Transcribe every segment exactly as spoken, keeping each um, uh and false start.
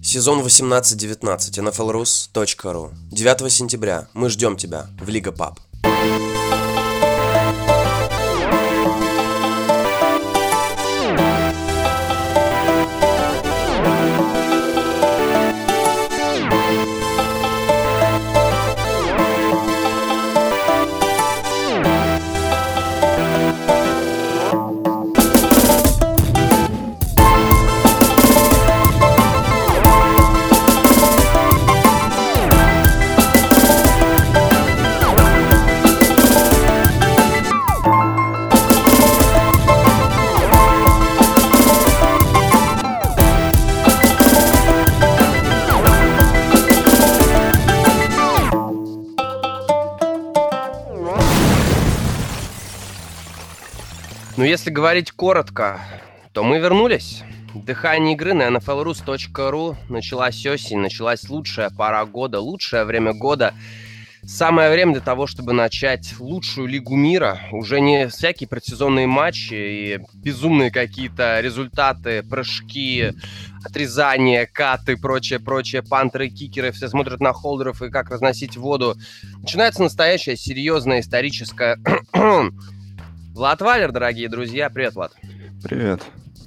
Сезон восемнадцать девятнадцать, эн эф эл рус точка ру. девятого сентября. Мы ждем тебя в Лига Паб. Ну, если говорить коротко, то мы вернулись. Дыхание игры на эн эф эл рус точка ру. Началась осень, началась лучшая пора года, лучшее время года. Самое время для того, чтобы начать лучшую лигу мира. Уже не всякие предсезонные матчи и безумные какие-то результаты, прыжки, отрезания, каты, прочее, прочее, пантеры, кикеры. Все смотрят на холдеров и как разносить воду. Начинается настоящая, серьезная, историческая... Влад Валер, дорогие друзья. Привет, Влад. Привет.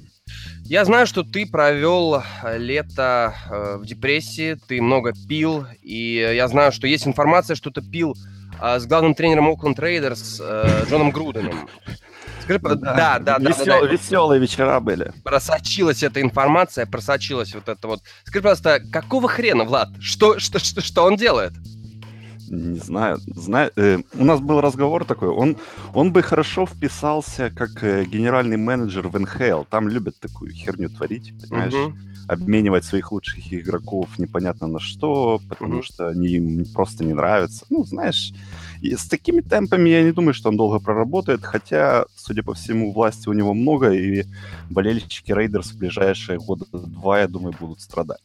Я знаю, что ты провел лето э, в депрессии, ты много пил, и я знаю, что есть информация, что ты пил э, с главным тренером Окленд Рейдерс э, Джоном Груденом. Скажи, да, да, да, Весел, да, да. Веселые вечера были. Просочилась эта информация, просочилась вот это вот. Скажи, пожалуйста, какого хрена, Влад? Что, что, что, что он делает? Не знаю. Знаю э, у нас был разговор такой. Он, он бы хорошо вписался как э, генеральный менеджер в эн ха эл. Там любят такую херню творить, понимаешь? Uh-huh. Обменивать своих лучших игроков непонятно на что, потому uh-huh. что они им просто не нравятся. Ну, знаешь, и с такими темпами я не думаю, что он долго проработает. Хотя, судя по всему, власти у него много, и болельщики Рейдерс в ближайшие года два, я думаю, будут страдать.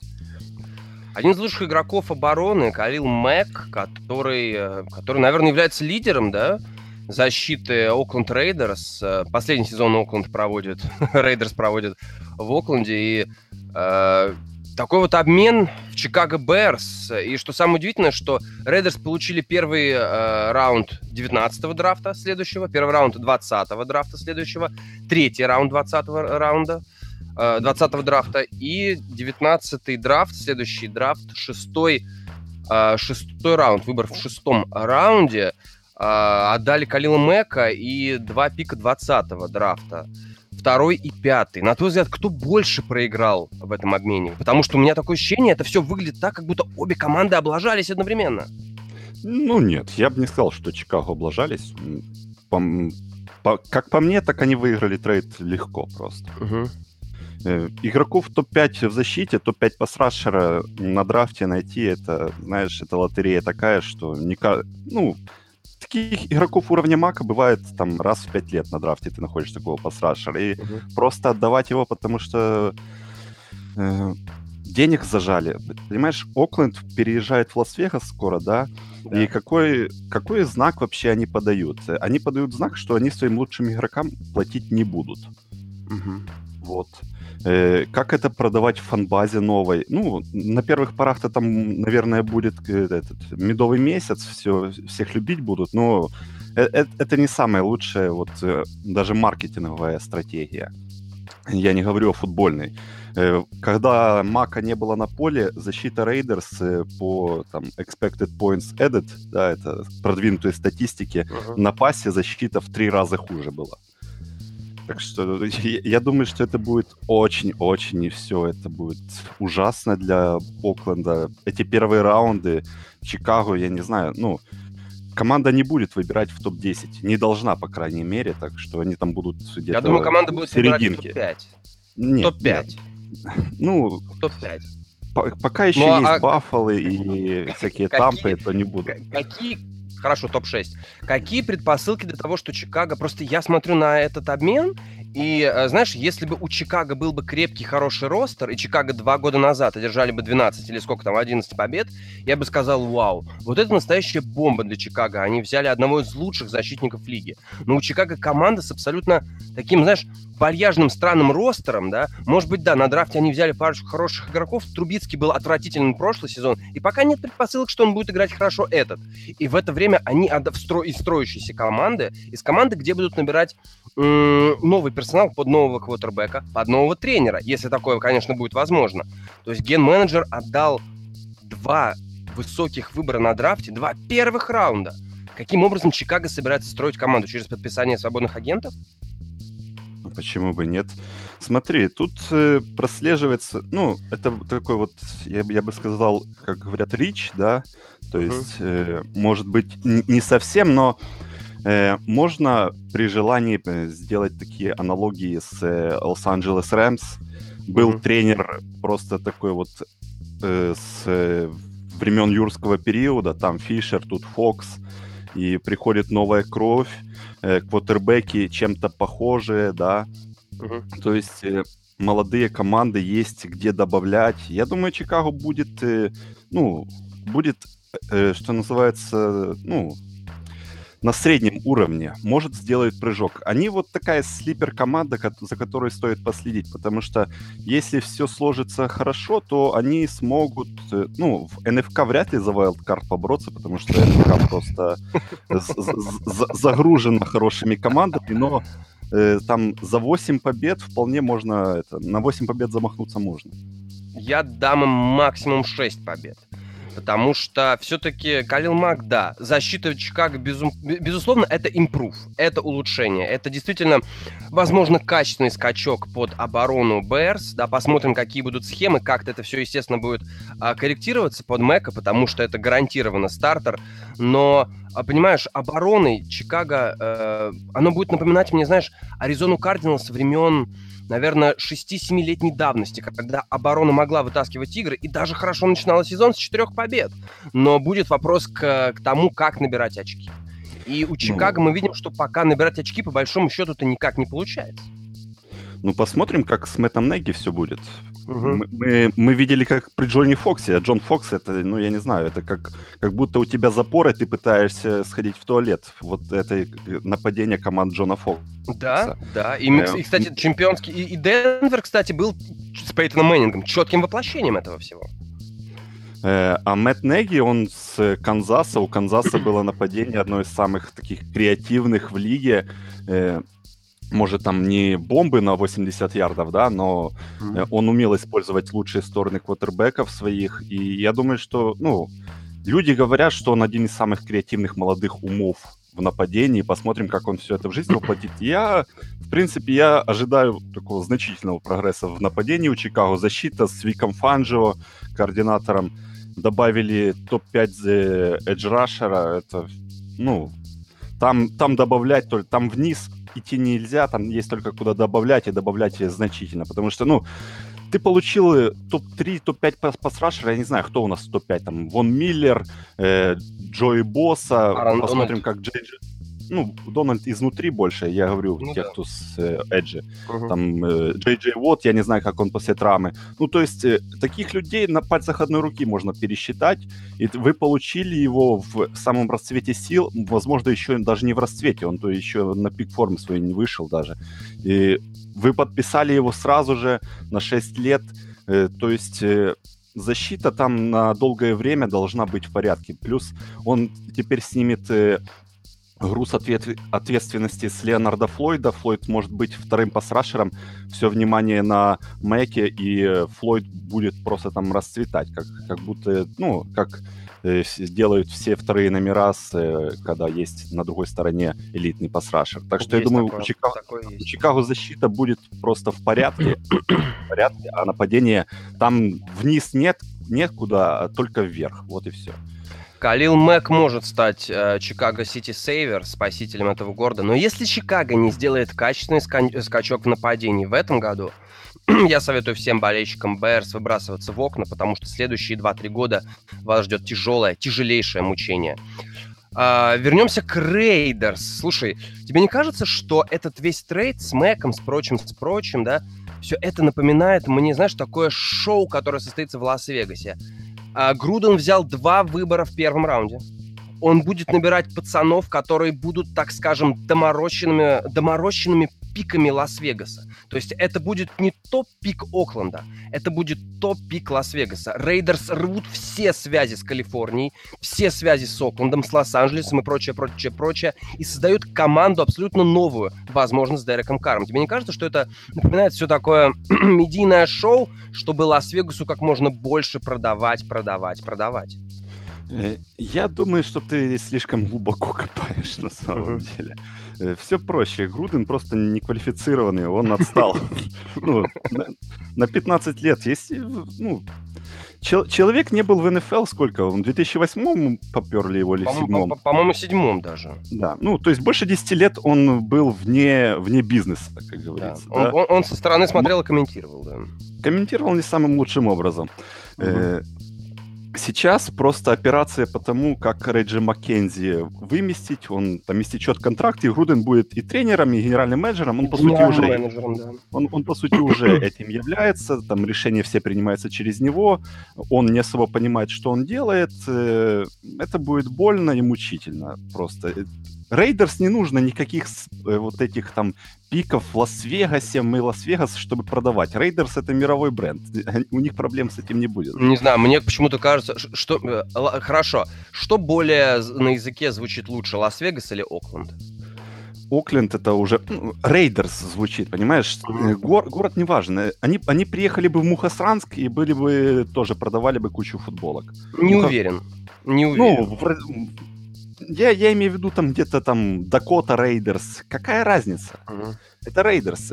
Один из лучших игроков обороны, Калил Мэк, который, который, наверное, является лидером, да, защиты Окленд Рейдерс. Последний сезон Окленд проводит, Рейдерс проводит в Окленде. И э, такой вот обмен в Чикаго Берс. И что самое удивительное, что Рейдерс получили первый э, раунд девятнадцатого драфта следующего, первый раунд двадцатого драфта следующего, третий раунд двадцатого раунда. двадцатого драфта и девятнадцатый драфт, следующий драфт, шестой, шестой раунд, выбор в шестом раунде, отдали Калила Мэка и два пика двадцатого драфта, второй и пятый. На твой взгляд, кто больше проиграл в этом обмене? Потому что у меня такое ощущение, это все выглядит так, как будто обе команды облажались одновременно. Ну нет, я бы не сказал, что Чикаго облажались. По, по, как по мне, так они выиграли трейд легко просто. Угу. Игроков топ пять в защите, топ пять пасрашера на драфте найти, это, знаешь, это лотерея такая, что не, ну, таких игроков уровня Мака бывает там раз в пять лет на драфте ты находишь такого пасрашера. И uh-huh. просто отдавать его, потому что э, денег зажали. Понимаешь, Окленд переезжает в Лас-Вегас скоро, да? Да. И какой, какой знак вообще они подают? Они подают знак, что они своим лучшим игрокам платить не будут. Uh-huh. Вот. Э, как это продавать в фан-базе новой? Ну, на первых порах-то там, наверное, будет этот медовый месяц, все, всех любить будут, но это, это не самая лучшая вот даже маркетинговая стратегия. Я не говорю о футбольной. Э, когда Мака не было на поле, защита Рейдерс по там, expected points added, да, это продвинутые статистики, uh-huh. на пасе защита в три раза хуже была. Так что я, я думаю, что это будет очень-очень, и все, это будет ужасно для Окленда. Эти первые раунды Чикаго, я не знаю, ну, команда не будет выбирать в топ десять. Не должна, по крайней мере, так что они там будут где-то Я думаю, команда будет выбирать в топ пять. Нет, топ пять. Нет. Ну, топ пять. По- пока еще ну, есть а... Баффалы и всякие Тампы, то не будут. Какие... Хорошо, топ шесть. Какие предпосылки для того, что Чикаго... Просто я смотрю на этот обмен, И, знаешь, если бы у Чикаго был бы крепкий, хороший ростер, и Чикаго два года назад одержали бы двенадцать или сколько там, одиннадцать побед, я бы сказал, вау, вот это настоящая бомба для Чикаго. Они взяли одного из лучших защитников лиги. Но у Чикаго команда с абсолютно таким, знаешь, вальяжным, странным ростером, да. Может быть, да, на драфте они взяли парочку хороших игроков. Трубицкий был отвратительным прошлый сезон, и пока нет предпосылок, что он будет играть хорошо этот. И в это время они из строящейся команды, из команды, где будут набирать м- новый персонал под нового квотербека, под нового тренера, если такое, конечно, будет возможно. То есть ген-менеджер отдал два высоких выбора на драфте, два первых раунда. Каким образом Чикаго собирается строить команду? Через подписание свободных агентов? Почему бы нет? Смотри, тут э, прослеживается, ну, это такой вот, я, я бы сказал, как говорят, рич, да, то есть, э, может быть, н- не совсем, но э, можно при желании сделать такие аналогии с э, Лос-Анджелес Рэмс. Был Мгм. тренер просто такой вот э, с э, времен юрского периода, там Фишер, тут Фокс, и приходит новая кровь, э, квотербеки чем-то похожие, да, Мгм. то есть э, молодые команды есть где добавлять. Я думаю, Чикаго будет, э, ну, будет, э, что называется, ну, на среднем уровне, может, сделает прыжок. Они вот такая слипер-команда, ко- за которой стоит последить, потому что если все сложится хорошо, то они смогут, э, ну, в эн эф ка вряд ли за wildcard побороться, потому что эн эф ка просто з- з- з- загружена хорошими командами, но э, там за восемь побед вполне можно, это, на восемь побед замахнуться можно. Я дам им максимум шесть побед. Потому что все-таки Калил Мак, да, защита Чикаго, безум... безусловно, это импрув, это улучшение. Это действительно, возможно, качественный скачок под оборону Берс. Да, посмотрим, какие будут схемы, как-то это все, естественно, будет а, корректироваться под Мэка, потому что это гарантированно стартер. Но, а, понимаешь, обороной Чикаго, э, оно будет напоминать мне, знаешь, Аризону Кардиналс времен, наверное, шести-семилетней давности, когда оборона могла вытаскивать игры и даже хорошо начинала сезон с четырех побед. Но будет вопрос к, к тому, как набирать очки. И у Чикаго мы видим, что пока набирать очки, по большому счету-то никак не получается. Ну, посмотрим, как с Мэттом Неги все будет. Угу. Мы, мы, мы видели, как при Джонни Фоксе. А Джон Фокс, это, ну, я не знаю, это как, как будто у тебя запор, и ты пытаешься сходить в туалет. Вот это нападение команд Джона Фокса. Да, да. И, и кстати, чемпионский... И, и Денвер, кстати, был с Пейтоном Мэннингом четким воплощением этого всего. А Мэтт Неги, он с Канзаса. У Канзаса было нападение одно из самых таких креативных в лиге. Может, там не бомбы на восемьдесят ярдов, да, но mm-hmm. он умел использовать лучшие стороны квотербеков своих. И я думаю, что, ну, люди говорят, что он один из самых креативных молодых умов в нападении. Посмотрим, как он все это в жизнь воплотит. Я, в принципе, я ожидаю такого значительного прогресса в нападении у Чикаго. Защита с Виком Фанджио, координатором. Добавили топ пять эдж-рашера. Это, ну, там, там добавлять, только там вниз идти нельзя, там есть только куда добавлять, и добавлять значительно, потому что, ну, ты получил топ три, топ пять пас-рашера, я не знаю, кто у нас топ пять, там, Вон Миллер, э, Джои Босса, Аарон посмотрим, Дональд. как Джей Джей... Ну, Дональд изнутри больше, я говорю, Ну, тех, да. кто с э, Эджи. Угу. Там э, Джей Джей Уотт, я не знаю, как он после травмы. Ну, то есть, э, таких людей на пальцах одной руки можно пересчитать, и вы получили его в самом расцвете сил, возможно, еще даже не в расцвете, он то еще на пик формы своей не вышел даже. И вы подписали его сразу же на шесть лет, э, то есть... Э, защита там на долгое время должна быть в порядке. Плюс он теперь снимет... Э, груз ответ... ответственности с Леонарда Флойда. Флойд может быть вторым пасрашером. Все внимание на Мэке, и Флойд будет просто там расцветать. Как, как будто, ну, как э, делают все вторые номера, с, э, когда есть на другой стороне элитный пасрашер. Так что Есть я думаю, такое, у, Чикаго, такое у есть. Чикаго защита будет просто в порядке. в порядке, а нападение там вниз нет, некуда, а только вверх. Вот и все. Калил Мэк может стать э, Чикаго Сити Сейвер, спасителем этого города, но если Чикаго не сделает качественный ска- скачок в нападении в этом году, я советую всем болельщикам Берс выбрасываться в окна, потому что следующие два-три года вас ждет тяжелое, тяжелейшее мучение. А, вернемся к Рейдерс. Слушай, тебе не кажется, что этот весь трейд с Мэком, с прочим, с прочим, да, все это напоминает мне, знаешь, такое шоу, которое состоится в Лас-Вегасе. А, Груден взял два выбора в первом раунде. Он будет набирать пацанов, которые будут, так скажем, доморощенными, доморощенными пиками Лас-Вегаса. То есть это будет не топ-пик Окленда, это будет топ-пик Лас-Вегаса. Рейдерс рвут все связи с Калифорнией, все связи с Оклендом, с Лос-Анджелесом и прочее, прочее, прочее, и создают команду абсолютно новую, возможно, с Дереком Карром. Тебе не кажется, что это напоминает все такое медийное шоу, чтобы Лас-Вегасу как можно больше продавать, продавать, продавать? Я думаю, что ты слишком глубоко копаешь на самом uh-huh. деле. Все проще. Груден просто неквалифицированный, он отстал. Ну, на пятнадцать лет. Если, ну, человек не был в эн эф эл сколько? В две тысячи восьмом поперли его или в седьмом? По-моему, седьмом даже. Да, ну, то есть больше десяти лет он был вне, вне бизнеса, как говорится. Да. Да? Он, он, он со стороны смотрел и комментировал, да. Комментировал не самым лучшим образом. Uh-huh. Сейчас просто операция по тому, как Реджи Маккензи выместить. Он там истечет контракт, и Груден будет и тренером, и генеральным менеджером. Он, по сути, уже, да. он, он, по сути, уже этим является. Там решения все принимаются через него. Он не особо понимает, что он делает. Это будет больно и мучительно просто. Рейдерс не нужно никаких вот этих там пиков в Лас-Вегасе, мы Лас-Вегас, чтобы продавать. Рейдерс — это мировой бренд. У них проблем с этим не будет. Не знаю, мне почему-то кажется, что... Хорошо. Что более на языке звучит лучше, Лас-Вегас или Окленд? Окленд — это уже... Рейдерс звучит, понимаешь? Гор, город не важен. Они, они приехали бы в Мухосранск и были бы тоже, продавали бы кучу футболок. Не ну, уверен. Как... Не уверен. Ну, в... Я, я имею в виду там где-то там Дакота Рейдерс. Какая разница? Uh-huh. Это Рейдерс.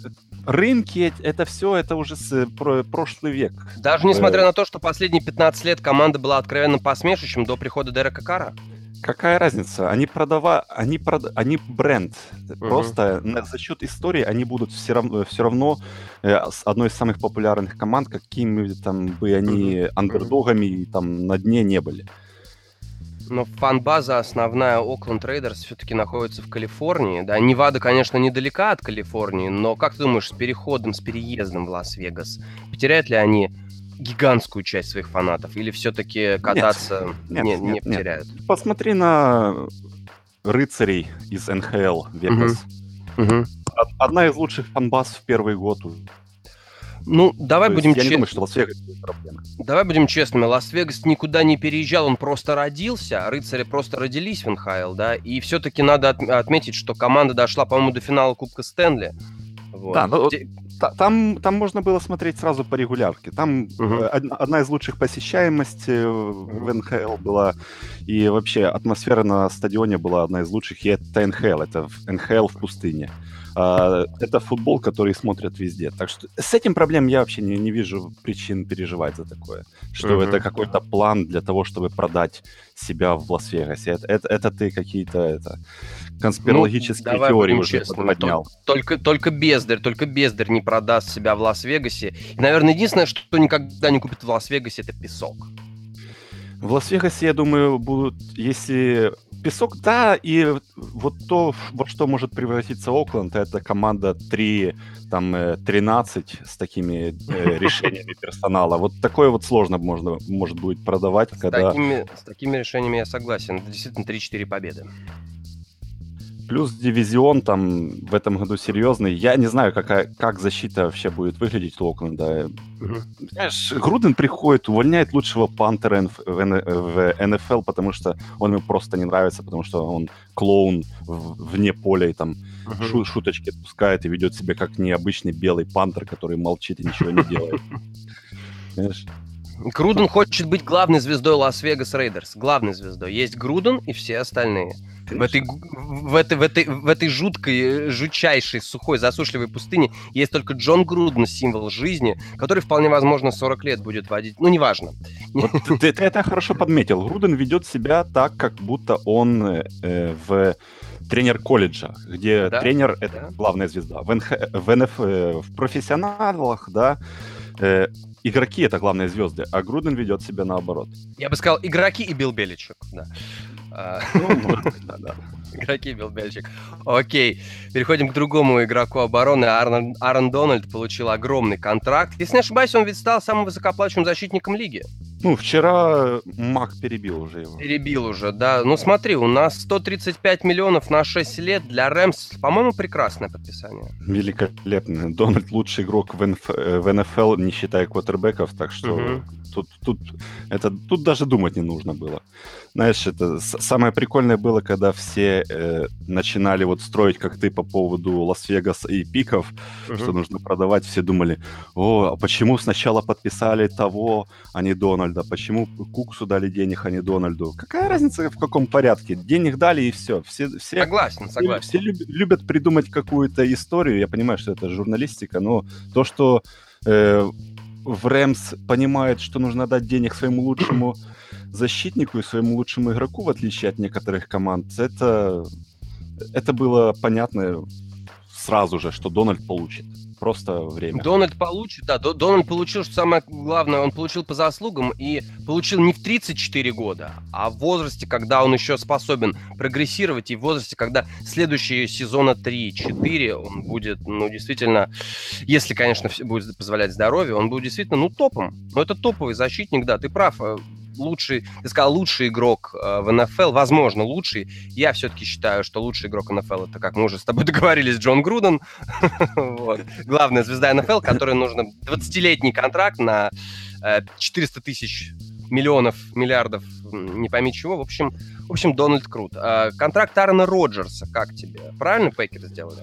Рынки, это все, это уже с, про, прошлый век. Даже несмотря на то, что последние пятнадцать лет команда была откровенно посмешищем до прихода Дерека Карра? Какая разница? Они продава... они, прод... они бренд. Uh-huh. Просто за счет истории они будут все равно, все равно э, одной из самых популярных команд, какими там бы они uh-huh. андердогами uh-huh. там на дне не были. Но фан-база основная Окленд Рейдерс все-таки находится в Калифорнии. Да, Невада, конечно, недалека от Калифорнии, но как ты думаешь, с переходом, с переездом в Лас-Вегас, потеряют ли они гигантскую часть своих фанатов? Или все-таки кататься нет, не, нет, не нет, потеряют? Нет. Посмотри на рыцарей из эн ха эл Вегас. Угу. Угу. Одна из лучших фан-баз в первый год. Ну, давай будем честными. Я не думаю, что Лас-Вегас будет проблема. Давай будем честными. Лас-Вегас никуда не переезжал, он просто родился. Рыцари просто родились в эн ха эл, да. И все-таки надо от- отметить, что команда дошла, по-моему, до финала Кубка Стэнли. Вот. Да, ну, Где... там, там можно было смотреть сразу по регулярке. Там uh-huh. одна из лучших посещаемостей uh-huh. в эн ха эл была. И вообще атмосфера на стадионе была одна из лучших. И это эн ха эл, это эн ха эл в пустыне. Это футбол, который смотрят везде. Так что с этим проблем я вообще не, не вижу причин переживать за такое. Что uh-huh. это какой-то план для того, чтобы продать себя в Лас-Вегасе. Это, это, это ты какие-то это, конспирологические ну, теории уже поднял. Только, только бездарь, только бездарь не продаст себя в Лас-Вегасе. И, наверное, единственное, что никогда не купит в Лас-Вегасе, это песок. В Лас-Вегасе, я думаю, будут, если... Песок, да, и вот то, во что может превратиться Окленд, это команда три тринадцать с такими э, решениями персонала. Вот такое вот сложно можно, может будет продавать, с когда... Такими, с такими решениями я согласен. Это действительно три-четыре победы. Плюс дивизион там в этом году серьезный. Я не знаю, какая, как защита вообще будет выглядеть у Окленда. Uh-huh. Знаешь, Груден приходит, увольняет лучшего пантера в эн эф эл, потому что он ему просто не нравится, потому что он клоун вне поля и там uh-huh. шу- шуточки отпускает и ведет себя как необычный белый пантер, который молчит и ничего не делает. Знаешь? Груден хочет быть главной звездой Лас-Вегас Рейдерс. Главной звездой. Есть Груден и все остальные. В этой, в, этой, в, этой, в этой жуткой, жутчайшей, сухой, засушливой пустыне есть только Джон Груден, символ жизни, который вполне возможно сорок лет будет водить. Ну, неважно. Вот ты, ты это хорошо подметил. Груден ведет себя так, как будто он э, в тренер колледжа, где да? тренер — это да. главная звезда. В, эн ха, в, эн эф, в профессионалах, да, э, игроки — это главные звезды, а Груден ведет себя наоборот. Я бы сказал, игроки и Билл Беличек, да. Игроки Билл Беличек. Окей, переходим к другому игроку обороны. Аарон, Аарон Дональд получил огромный контракт. Если не ошибаюсь, он ведь стал самым высокооплачиваемым защитником лиги. Ну, вчера Мак перебил уже его. Перебил уже, да. Ну, смотри, у нас сто тридцать пять миллионов на шесть лет для Рэмс. По-моему, прекрасное подписание. Великолепно. Дональд лучший игрок в, эн эф эл, не считая квотербеков, так что угу. тут, тут, это, тут даже думать не нужно было. Знаешь, это самое прикольное было, когда все э, начинали вот строить, как ты, по поводу Лас-Вегаса и пиков, угу. что нужно продавать. Все думали, о, а почему сначала подписали того, а не Дональда? Почему Куксу дали денег, а не Дональду? Какая разница, в каком порядке? Денег дали, и все. все, все согласен, согласен. Все люб, любят придумать какую-то историю. Я понимаю, что это журналистика, но то, что э, в Рэмс понимает, что нужно дать денег своему лучшему защитнику и своему лучшему игроку, в отличие от некоторых команд, это, это было понятно сразу же, что Дональд получит. Просто время. Дональд получит, да, Дональд получил, что самое главное, он получил по заслугам и получил не в тридцать четыре года, а в возрасте, когда он еще способен прогрессировать, и в возрасте, когда следующие сезона три-четыре он будет, ну, действительно, если, конечно, будет позволять здоровье, он будет действительно, ну, топом. Но это топовый защитник, да, ты прав. Лучший, ты сказал, лучший игрок э, в эн эф эл, возможно, лучший. Я все-таки считаю, что лучший игрок эн эф эл, это, как мы уже с тобой договорились, Джон Груден. вот. Главная звезда эн эф эл, которой нужно двадцатилетний контракт на э, четыреста тысяч миллионов, миллиардов, не пойми чего. В общем, в общем, Дональд крут. Э, контракт Аарона Роджерса, как тебе? Правильно Пейкеры сделали?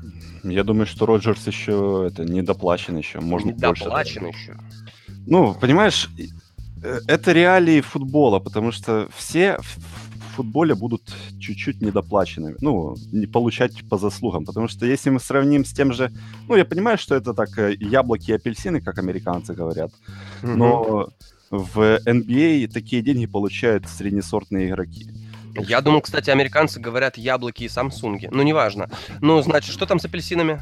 Я думаю, что Роджерс еще это недоплачен еще. Можно недоплачен еще? Ну, понимаешь... Это реалии футбола, потому что все в футболе будут чуть-чуть недоплаченными, ну, не получать по заслугам, потому что если мы сравним с тем же... Ну, я понимаю, что это так яблоки и апельсины, как американцы говорят, mm-hmm. но в эн би эй такие деньги получают среднесортные игроки. Я думал, кстати, американцы говорят яблоки и самсунги, ну, неважно. Ну, значит, что там с апельсинами?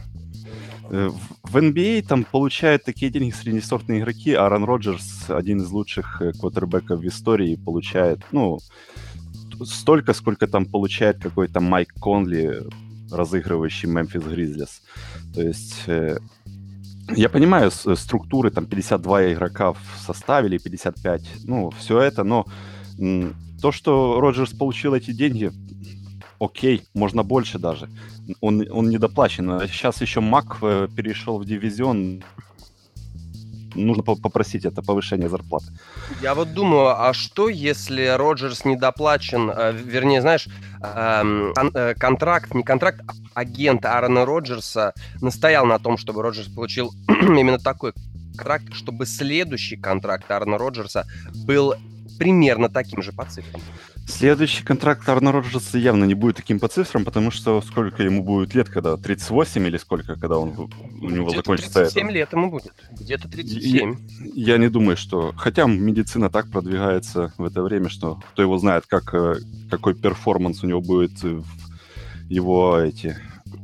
В эн би эй там получают такие деньги среднесортные игроки. Аарон Роджерс, один из лучших квотербеков в истории, получает, ну, столько, сколько там получает какой-то Майк Конли, разыгрывающий Мемфис Гризлис. То есть э, я понимаю структуры, там пятьдесят два игрока в составе или пятьдесят пять, ну, все это, но м, то, что Роджерс получил эти деньги, окей, можно больше даже. Он, он недоплачен. А сейчас еще Мак перешел в дивизион. Нужно попросить это повышение зарплаты. Я вот думаю, а что, если Роджерс недоплачен, э, вернее, знаешь, э, э, контракт, не контракт, а агент Аарона Роджерса настоял на том, чтобы Роджерс получил именно такой контракт, чтобы следующий контракт Аарона Роджерса был примерно таким же по цифрам. Следующий контракт Аарона Роджерса явно не будет таким по цифрам, потому что сколько ему будет лет, когда? тридцать восемь или сколько, когда он, у него где-то закончится тридцать семь это? лет ему будет. Где-то тридцать семь. Я, я не думаю, что... Хотя медицина так продвигается в это время, что кто его знает, как, какой перформанс у него будет в его эти...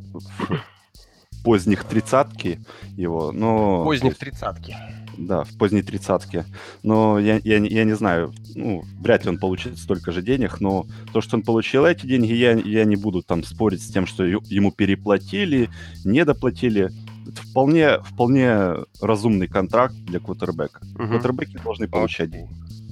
В поздних тридцатки его, но... Поздних тридцатки. Да, в поздней тридцатке. Но я, я, я не знаю, ну, вряд ли он получит столько же денег, но то, что он получил эти деньги, я, я не буду там спорить с тем, что ему переплатили, недоплатили. Это вполне, вполне разумный контракт для квотербека. Угу. Квотербеки должны получать деньги.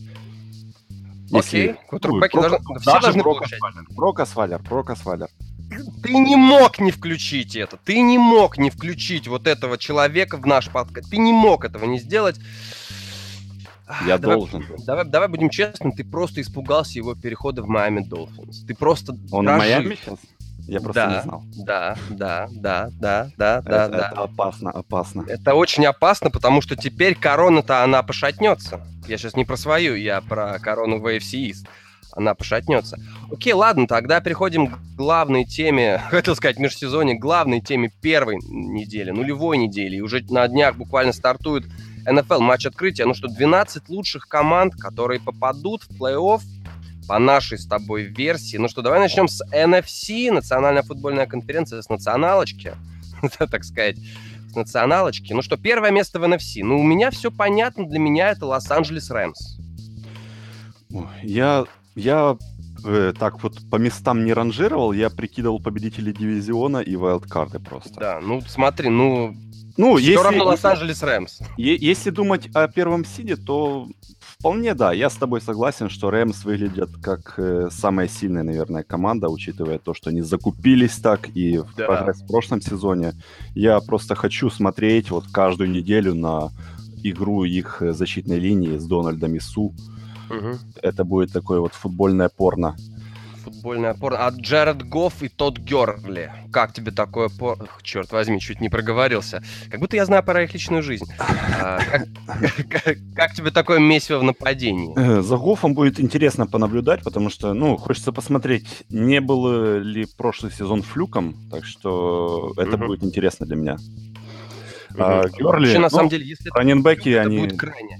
Окей, квотербеки должны... Все должны получать. Брок Освайлер, Брок Освайлер. Ты не мог не включить это. Ты не мог не включить вот этого человека в наш подкаст. Ты не мог этого не сделать. Я давай, должен. Давай, давай будем честны, ты просто испугался его перехода в Miami Dolphins. Ты просто... Он в Майами сейчас? Я просто да, не знал. Да, да, да, да, да, это, да, это да. опасно, опасно. Это очень опасно, потому что теперь корона-то, она пошатнется. Я сейчас не про свою, я про корону в эй эф си East. Она пошатнется. Окей, ладно, тогда переходим к главной теме, хотел сказать, межсезонье, главной теме первой недели, нулевой недели. И уже на днях буквально стартует эн эф эл матч открытия. Ну что, двенадцать лучших команд, которые попадут в плей-офф по нашей с тобой версии. Ну что, давай начнем с эн эф си, Национальная футбольная конференция, с националочки, так сказать, с националочки. Ну что, первое место в эн эф си. Ну, у меня все понятно, для меня это Лос-Анджелес Рэмс. Я... Я э, так вот по местам не ранжировал, я прикидывал победителей дивизиона и вайлдкарды просто. Да, ну смотри, ну... Ну, все если, равно Лос-Анджелес Рэмс. е- если думать о первом сиде, то вполне да, я с тобой согласен, что Рэмс выглядят как э, самая сильная, наверное, команда, учитывая то, что они закупились так и в Да. прогресс в прошлом сезоне. Я просто хочу смотреть вот каждую неделю на игру их э, защитной линии с Дональдом и Су. Угу. Это будет такое вот футбольное порно. Футбольная порно. А Джаред Гофф и Тодд Гёрли. Как тебе такое порно? Черт возьми, чуть не проговорился. Как будто я знаю про их личную жизнь. А, как, как, как тебе такое месиво в нападении? Э, За Гофом будет интересно понаблюдать, потому что, ну, хочется посмотреть, не был ли прошлый сезон флюком, так что это Мгм. будет интересно для меня. Мгм. А Гёрли, Вообще, на ну, самом деле, если это, раннинбеки, это они... будет крайне.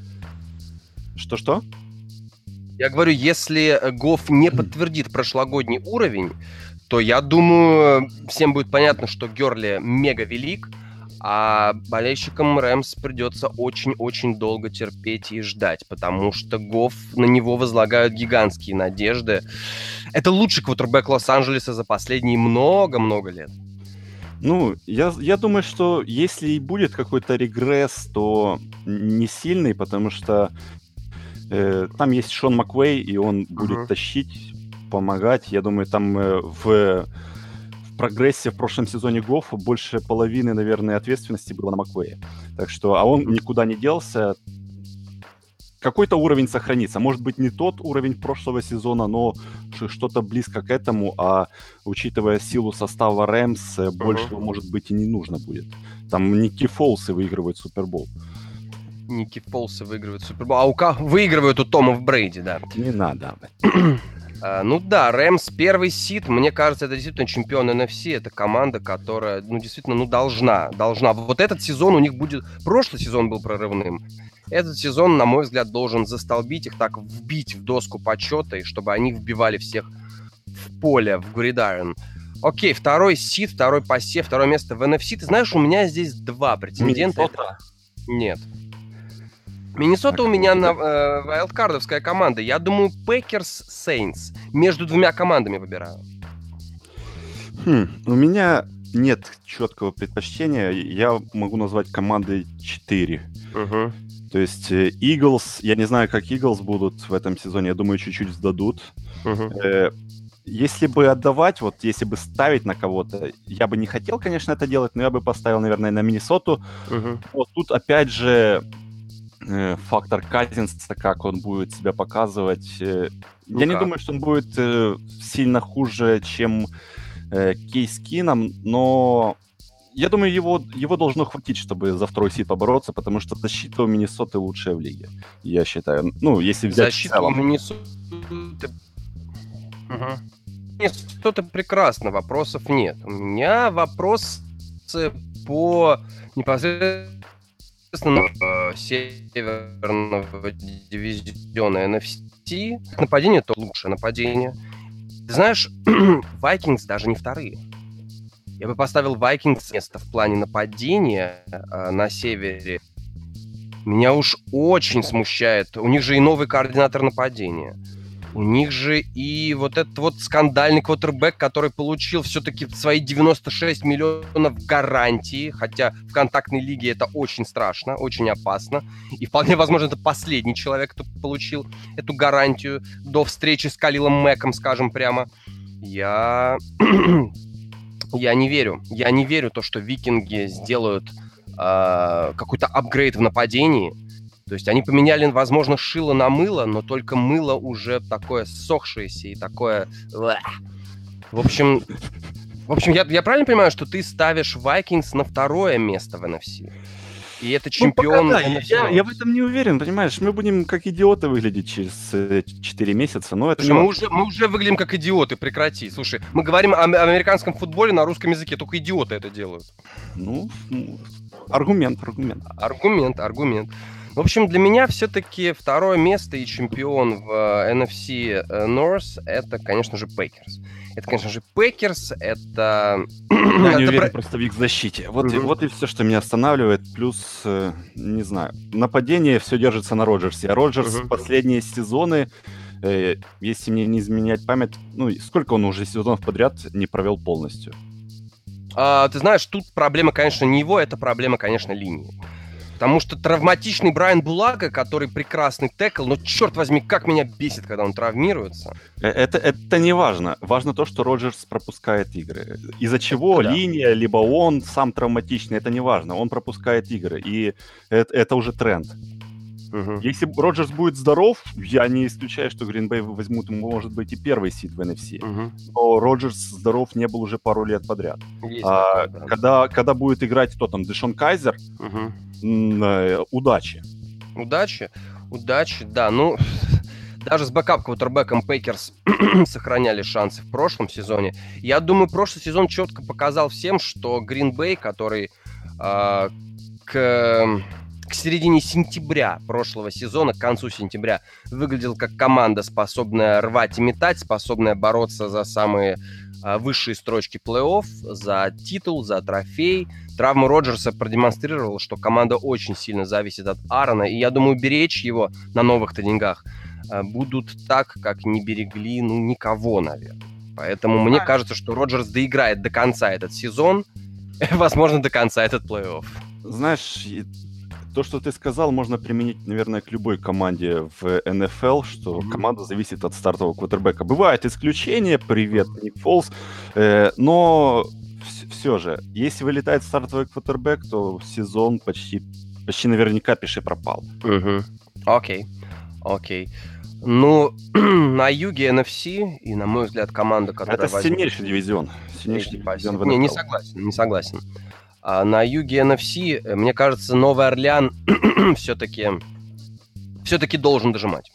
Что-что? Я говорю, если Гофф не подтвердит прошлогодний уровень, то я думаю, всем будет понятно, что Гёрли мега велик, а болельщикам Рэмс придется очень-очень долго терпеть и ждать, потому что Гофф, на него возлагают гигантские надежды. Это лучший квотербек Лос-Анджелеса за последние много-много лет. Ну, я, я думаю, что если и будет какой-то регресс, то не сильный, потому что э, там есть Шон Маквей, и он будет Мгм. тащить, помогать. Я думаю, там э, в, в прогрессе в прошлом сезоне Гоффа больше половины, наверное, ответственности было на Маквее. Так что, а он никуда не делся. Какой-то уровень сохранится. Может быть, не тот уровень прошлого сезона, но ш- что-то близко к этому, а учитывая силу состава Рэмс, э, большего, может быть, и не нужно будет. Там Ники Фолсы выигрывают Супербол. Ники Фолсы выигрывают Супербол. А у кого выигрывают у Томов Брейди, да. Не надо. А, ну да, Рэмс первый сид, мне кажется, это действительно чемпион эн эф си, это команда, которая, ну, действительно, ну, должна, должна. Вот этот сезон у них будет, прошлый сезон был прорывным, этот сезон, на мой взгляд, должен застолбить их, так вбить в доску почета, и чтобы они вбивали всех в поле, в gridiron. Окей, второй сид, второй посев, второе место в эн эф си. Ты знаешь, у меня здесь два претендента. Миннесота? Нет. Миннесота Так, у меня ну, на э, вайлдкардовская команда. Я думаю, Пекерс, Сейнтс. Между двумя командами выбираю. Хм, у меня нет четкого предпочтения. Я могу назвать команды четыре. Угу. То есть Eagles, я не знаю, как Eagles будут в этом сезоне, я думаю, чуть-чуть сдадут. Угу. Э, Если бы отдавать, вот если бы ставить на кого-то, я бы не хотел, конечно, это делать, но я бы поставил, наверное, на Миннесоту. Угу. Вот тут, опять же, э, фактор Казинса, как он будет себя показывать. Э, Ну я не как? думаю, что он будет э, сильно хуже, чем э, Кейс Кином, но я думаю, его, его должно хватить, чтобы за второй сид побороться, потому что защита у Миннесоты лучшая в лиге, я считаю. Ну, если взять в Защита целом. Миннесоты... Угу. Миннесота прекрасно, вопросов нет. У меня вопросы по непосредственно э, северного дивизиона эн эф си. Нападение то лучшее нападение. Ты знаешь, Vikings даже не вторые. Я бы поставил Vikings место в плане нападения э, на севере. Меня уж очень смущает. У них же и новый координатор нападения. У них же и вот этот вот скандальный квотербек, который получил все-таки свои девяносто шесть миллионов гарантии, хотя в контактной лиге это очень страшно, очень опасно. И вполне возможно, это последний человек, кто получил эту гарантию до встречи с Калилом Мэком, скажем прямо. Я... Я не верю. Я не верю в то, что викинги сделают э, какой-то апгрейд в нападении. То есть они поменяли, возможно, шило на мыло, но только мыло уже такое ссохшееся и такое... В общем, в общем я, я правильно понимаю, что ты ставишь Vikings на второе место в эн эф си? И это чемпион... Ну, пока, да. эн эф си. я, я в этом не уверен, понимаешь? Мы будем как идиоты выглядеть через четыре месяца, но это Слушай, не мы важно. уже, мы уже выглядим как идиоты, прекрати. Слушай, мы говорим о, ам- американском футболе на русском языке, только идиоты это делают. Ну, ну, аргумент, аргумент. Аргумент, аргумент. В общем, для меня все-таки второе место и чемпион в э, эн эф си э, North это, конечно же, Пекерс. Это, конечно же, Пекерс, это... Я не это уверен про- просто в их защите. Вот, и, Мгм. вот и все, что меня останавливает. Плюс, э, не знаю, нападение все держится на Роджерсе. А Роджерс Мгм. последние сезоны э, если мне не изменять память, ну, сколько он уже сезонов подряд не провел полностью? А, ты знаешь, тут проблема, конечно, не его, это проблема, конечно, линии. Потому что травматичный Брайан Булага, который прекрасный текл, но, черт возьми, как меня бесит, когда он травмируется. Это, это не важно. Важно то, что Роджерс пропускает игры. Из-за чего Это да. линия, либо он сам травматичный, это не важно. Он пропускает игры, и это, это уже тренд. Угу. Если Роджерс будет здоров, я не исключаю, что Green Bay возьмут, может быть, и первый сид в эн эф си. Угу. Но Роджерс здоров не был уже пару лет подряд. А, такое, да. когда, когда будет играть кто там, Дэшон Кайзер, угу. м- удачи. Удачи? Удачи, да. Ну, даже с бэкап-квотербэком Пейкерс сохраняли шансы в прошлом сезоне. Я думаю, прошлый сезон четко показал всем, что Green Bay, который э, к... к середине сентября прошлого сезона, к концу сентября, выглядел как команда, способная рвать и метать, способная бороться за самые а, высшие строчки плей-офф, за титул, за трофей. Травма Роджерса продемонстрировала, что команда очень сильно зависит от Аарона, и я думаю, беречь его на новых тренингах а, будут так, как не берегли, ну, никого, наверное. Поэтому мне кажется, что Роджерс доиграет до конца этот сезон, возможно, до конца этот плей-офф. Знаешь, то, что ты сказал, можно применить, наверное, к любой команде в эн эф эл, что mm-hmm. команда зависит от стартового квотербека. Бывают исключения, привет, Ник Фолс, э, но в- все же, если вылетает стартовый квотербек, то сезон почти, почти наверняка пиши пропал. Mm-hmm. Окей, окей. Ну, на юге эн эф си, и, на мой взгляд, команда, которая... Это возьмет... сильнейший дивизион. Сильнейший дивизион в эн эф эл. Не, не согласен, не согласен. А на юге эн эф си, мне кажется, Новый Орлеан все-таки, все-таки должен дожимать.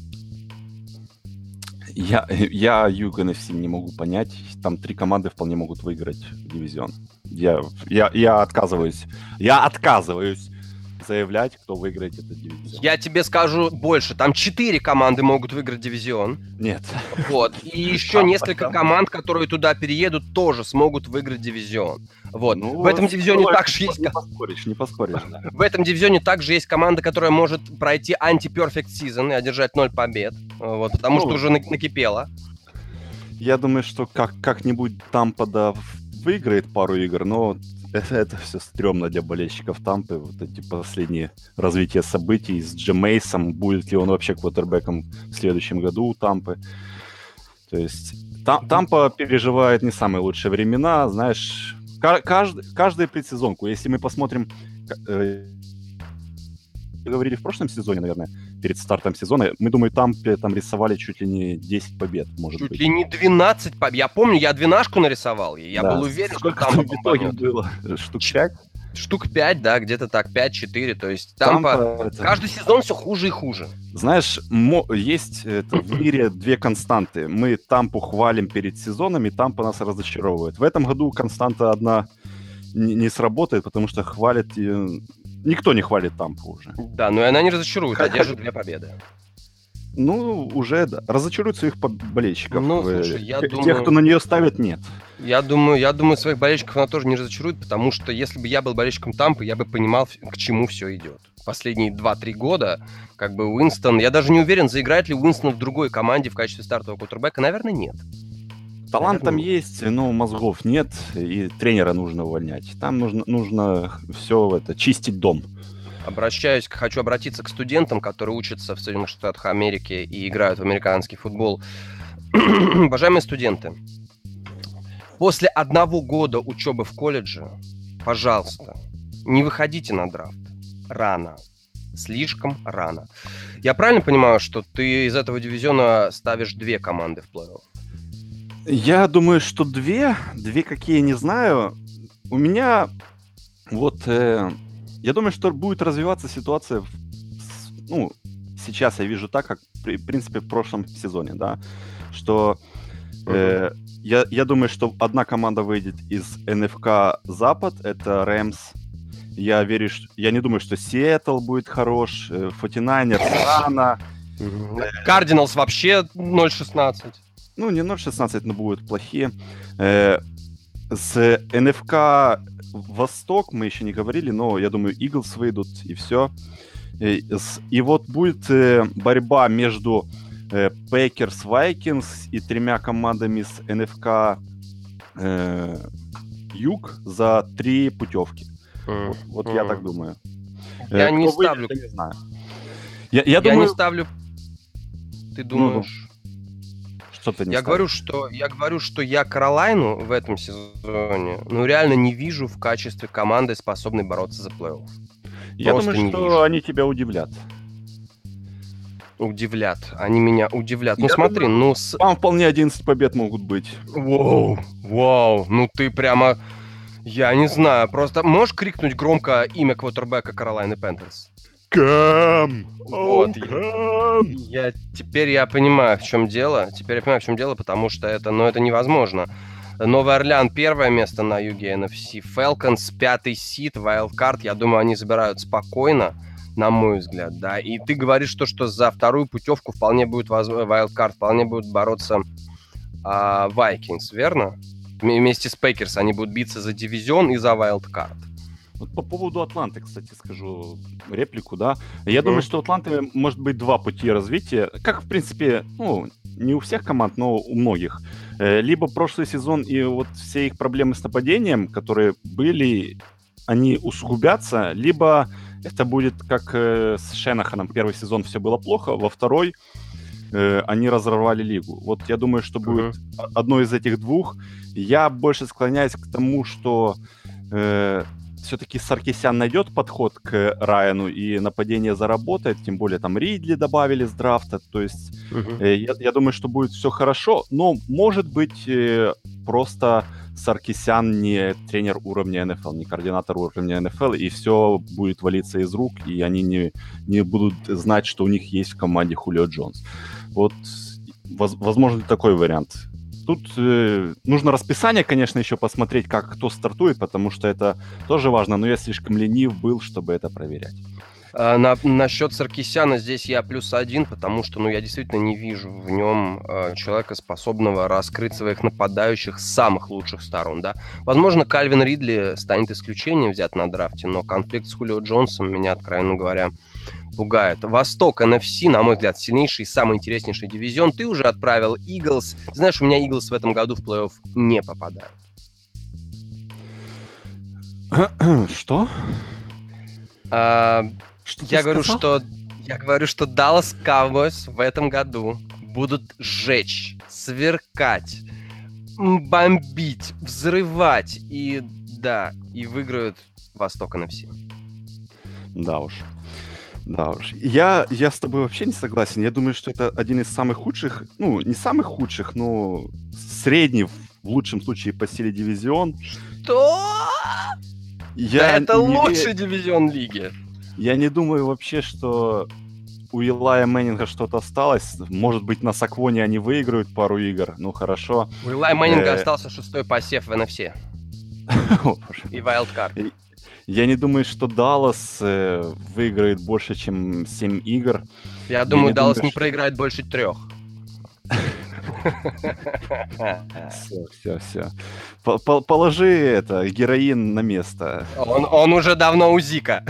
Я, я юг эн эф си не могу понять. Там три команды вполне могут выиграть дивизион. Я, я, я отказываюсь. Я отказываюсь заявлять, кто выиграет этот дивизион. Я тебе скажу больше. Там четыре команды могут выиграть дивизион. Нет. Вот. И еще а, несколько потом... команд, которые туда переедут, тоже смогут выиграть дивизион. Вот. Ну, в этом дивизионе также есть... Не поспоришь, не поспоришь. В этом дивизионе также есть команда, которая может пройти анти-перфект сезон и одержать ноль побед. Вот, потому ну, что уже накипело. Я думаю, что как- как-нибудь Тампа да выиграет пару игр, но... Это, это все стрёмно для болельщиков Тампы. Вот эти последние развития событий с Джемейсом. Будет ли он вообще квотербеком в следующем году у Тампы? То есть там, Тампа переживает не самые лучшие времена. Знаешь, каждый, каждую предсезонку, если мы посмотрим... Э, говорили в прошлом сезоне, наверное, перед стартом сезона, мы, думаю, Тампе там рисовали чуть ли не десять побед, может чуть быть. Чуть ли не двенадцать побед. Я помню, я двенашку нарисовал. Я да. был уверен, Сколько что там в итоге было? Штук пять? Штук пять, да, где-то так, пять-четыре. То есть Тампа, Тампа это... каждый сезон все хуже и хуже. Знаешь, мо- есть это, в мире две константы. Мы Тампу хвалим перед сезонами, Тампа нас разочаровывает. В этом году константа одна не, не сработает, потому что хвалят ее... Никто не хвалит Тампу уже. Да, но и она не разочарует, а держит две победы. Ну, уже, да. Разочаруют своих болельщиков. Ну, слушай, я Тех, думаю... кто на нее ставит, нет. Я думаю, я думаю, своих болельщиков она тоже не разочарует, потому что если бы я был болельщиком Тампы, я бы понимал, к чему все идет. Последние два-три года, как бы Уинстон... Я даже не уверен, заиграет ли Уинстон в другой команде в качестве стартового квотербека. Наверное, нет. Талант там есть, но мозгов нет, и тренера нужно увольнять. Там нужно, нужно все это, чистить дом. Обращаюсь, хочу обратиться к студентам, которые учатся в Соединенных Штатах Америки и играют в американский футбол. Уважаемые студенты, после одного года учебы в колледже, пожалуйста, не выходите на драфт рано. Слишком рано. Я правильно понимаю, что ты из этого дивизиона ставишь две команды в плей-офф? Я думаю, что две. Две какие, не знаю. У меня вот... Э, я думаю, что будет развиваться ситуация... В, ну, сейчас я вижу так, как, в принципе, в прошлом сезоне, да. Что... Э, я, я думаю, что одна команда выйдет из эн эф ка Запад. Это Рэмс. Я верю, что... Я не думаю, что Сиэтл будет хорош. форти-найнерс рано. Кардиналс вообще ноль шестнадцать. Ну, не ноль шестнадцать, но будут плохие. Э, с эн эф ка Восток мы еще не говорили, но я думаю, Иглс выйдут, и все. И, и вот будет э, борьба между Пейкерс, Вайкингс и тремя командами с эн эф ка э, Юг за три путевки. Mm. Вот, вот mm. я так думаю. Я Кто не выйдет, ставлю. Я не знаю. Я, я, я думаю... не ставлю. Ты думаешь? Ну, что ты не я ставишь? говорю, что я говорю, что я Каролайну в этом сезоне, ну реально не вижу в качестве команды, способной бороться за плей-офф. Я Просто думаю, что вижу. Они тебя удивлят. Удивлят. Они меня удивлят. Ну я смотри, думаю, ну... С... Там вполне одиннадцать побед могут быть. Воу, вау, ну ты прямо... Я не знаю, просто можешь крикнуть громко имя квотербека Каролайны Пантерс? Кэм! Вот. Кэм! Я, я, теперь я понимаю, в чем дело. Теперь я понимаю, в чем дело, потому что это, ну, это невозможно. Новый Орлеан первое место на юге эн эф си. Falcons пятый сид, Wildcard. Я думаю, они забирают спокойно, на мой взгляд, да. И ты говоришь, что, что за вторую путевку вполне будет Wildcard, вполне будут бороться а, Vikings, верно? Вместе с Пейкерс они будут биться за дивизион и за Wildcard. Вот по поводу Атланты, кстати, скажу реплику, да. Я mm. думаю, что у Атланты может быть два пути развития. Как, в принципе, ну, не у всех команд, но у многих. Либо прошлый сезон и вот все их проблемы с нападением, которые были, они усугубятся, либо это будет как с Шенаханом. Первый сезон все было плохо, во второй они разорвали лигу. Вот я думаю, что будет uh-huh. одно из этих двух. Я больше склоняюсь к тому, что э, все-таки Саркисян найдет подход к Райану и нападение заработает, тем более там Ридли добавили с драфта, то есть uh-huh. э, я, я думаю, что будет все хорошо, но может быть э, просто Саркисян не тренер уровня эн эф эл, не координатор уровня эн эф эл, и все будет валиться из рук, и они не, не будут знать, что у них есть в команде Хулио Джонс. Вот, воз, возможно, такой вариант. Тут э, нужно расписание, конечно, еще посмотреть, как кто стартует, потому что это тоже важно, но я слишком ленив был, чтобы это проверять. А, на, насчет Саркисяна здесь я плюс один, потому что ну, я действительно не вижу в нем э, человека, способного раскрыть своих нападающих с самых лучших сторон. Да? Возможно, Кальвин Ридли станет исключением, взят на драфте, но конфликт с Хулио Джонсом меня, откровенно говоря, пугает. Восток эн эф си, на мой взгляд, сильнейший и самый интереснейший дивизион. Ты уже отправил Иглс. Знаешь, у меня Иглс в этом году в плей-офф не попадают. Что? А, что я говорю, что я говорю, что Dallas Cowboys в этом году будут сжечь, сверкать, бомбить, взрывать и да, и выиграют Восток эн эф си. Да уж. Да уж. Я, я с тобой вообще не согласен. Я думаю, что это один из самых худших, ну, не самых худших, но средний, в лучшем случае, по силе дивизион. Что? Я да это не... лучший дивизион лиги. Я не думаю вообще, что у Илая Мэннинга что-то осталось. Может быть, на Саквоне они выиграют пару игр. Ну, хорошо. У Илая Мэннинга остался шестой посев в эн эф си. И Wildcard. Я не думаю, что Даллас э, выиграет больше, чем семь игр. Я думаю, Даллас не что... проиграет больше трех. Все, все, все. Положи это, героин на место. Он, он уже давно у Зика.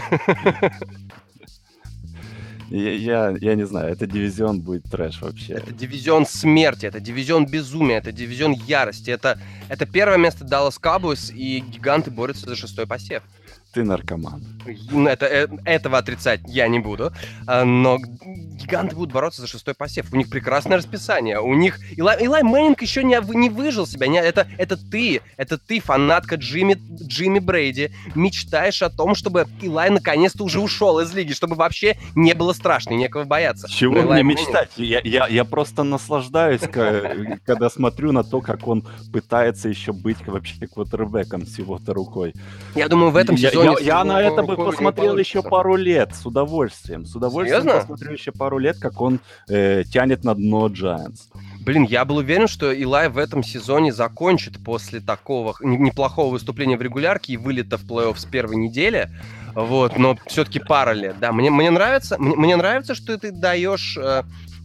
Я, я, я не знаю, это дивизион будет трэш вообще. Это дивизион смерти, это дивизион безумия, это дивизион ярости. Это, это первое место Dallas Cowboys, и гиганты борются за шестой посев. Ты наркоман. Это, этого отрицать я не буду. Но гиганты будут бороться за шестой посев. У них прекрасное расписание. У них... Илай, Илай Мэннинг еще не, не выжил себя. Не, это, это ты, это ты, фанатка Джимми, Джимми Брейди, мечтаешь о том, чтобы Илай наконец-то уже ушел из лиги, чтобы вообще не было страшно, некого бояться. Чего мне Илай мечтать? Я, я, я просто наслаждаюсь, когда смотрю на то, как он пытается еще быть вообще квотербеком с его-то рукой. Я думаю, в этом сезоне... Я, я на это бы посмотрел еще пару лет, с удовольствием. С удовольствием Серьезно? Посмотрю еще пару лет, как он э, тянет на дно Giants. Блин, я был уверен, что Илай в этом сезоне закончит после такого неплохого выступления в регулярке и вылета в плей-офф с первой недели. Вот, но все-таки пара лет. Да, мне, мне нравится, мне, мне нравится, что ты даешь э,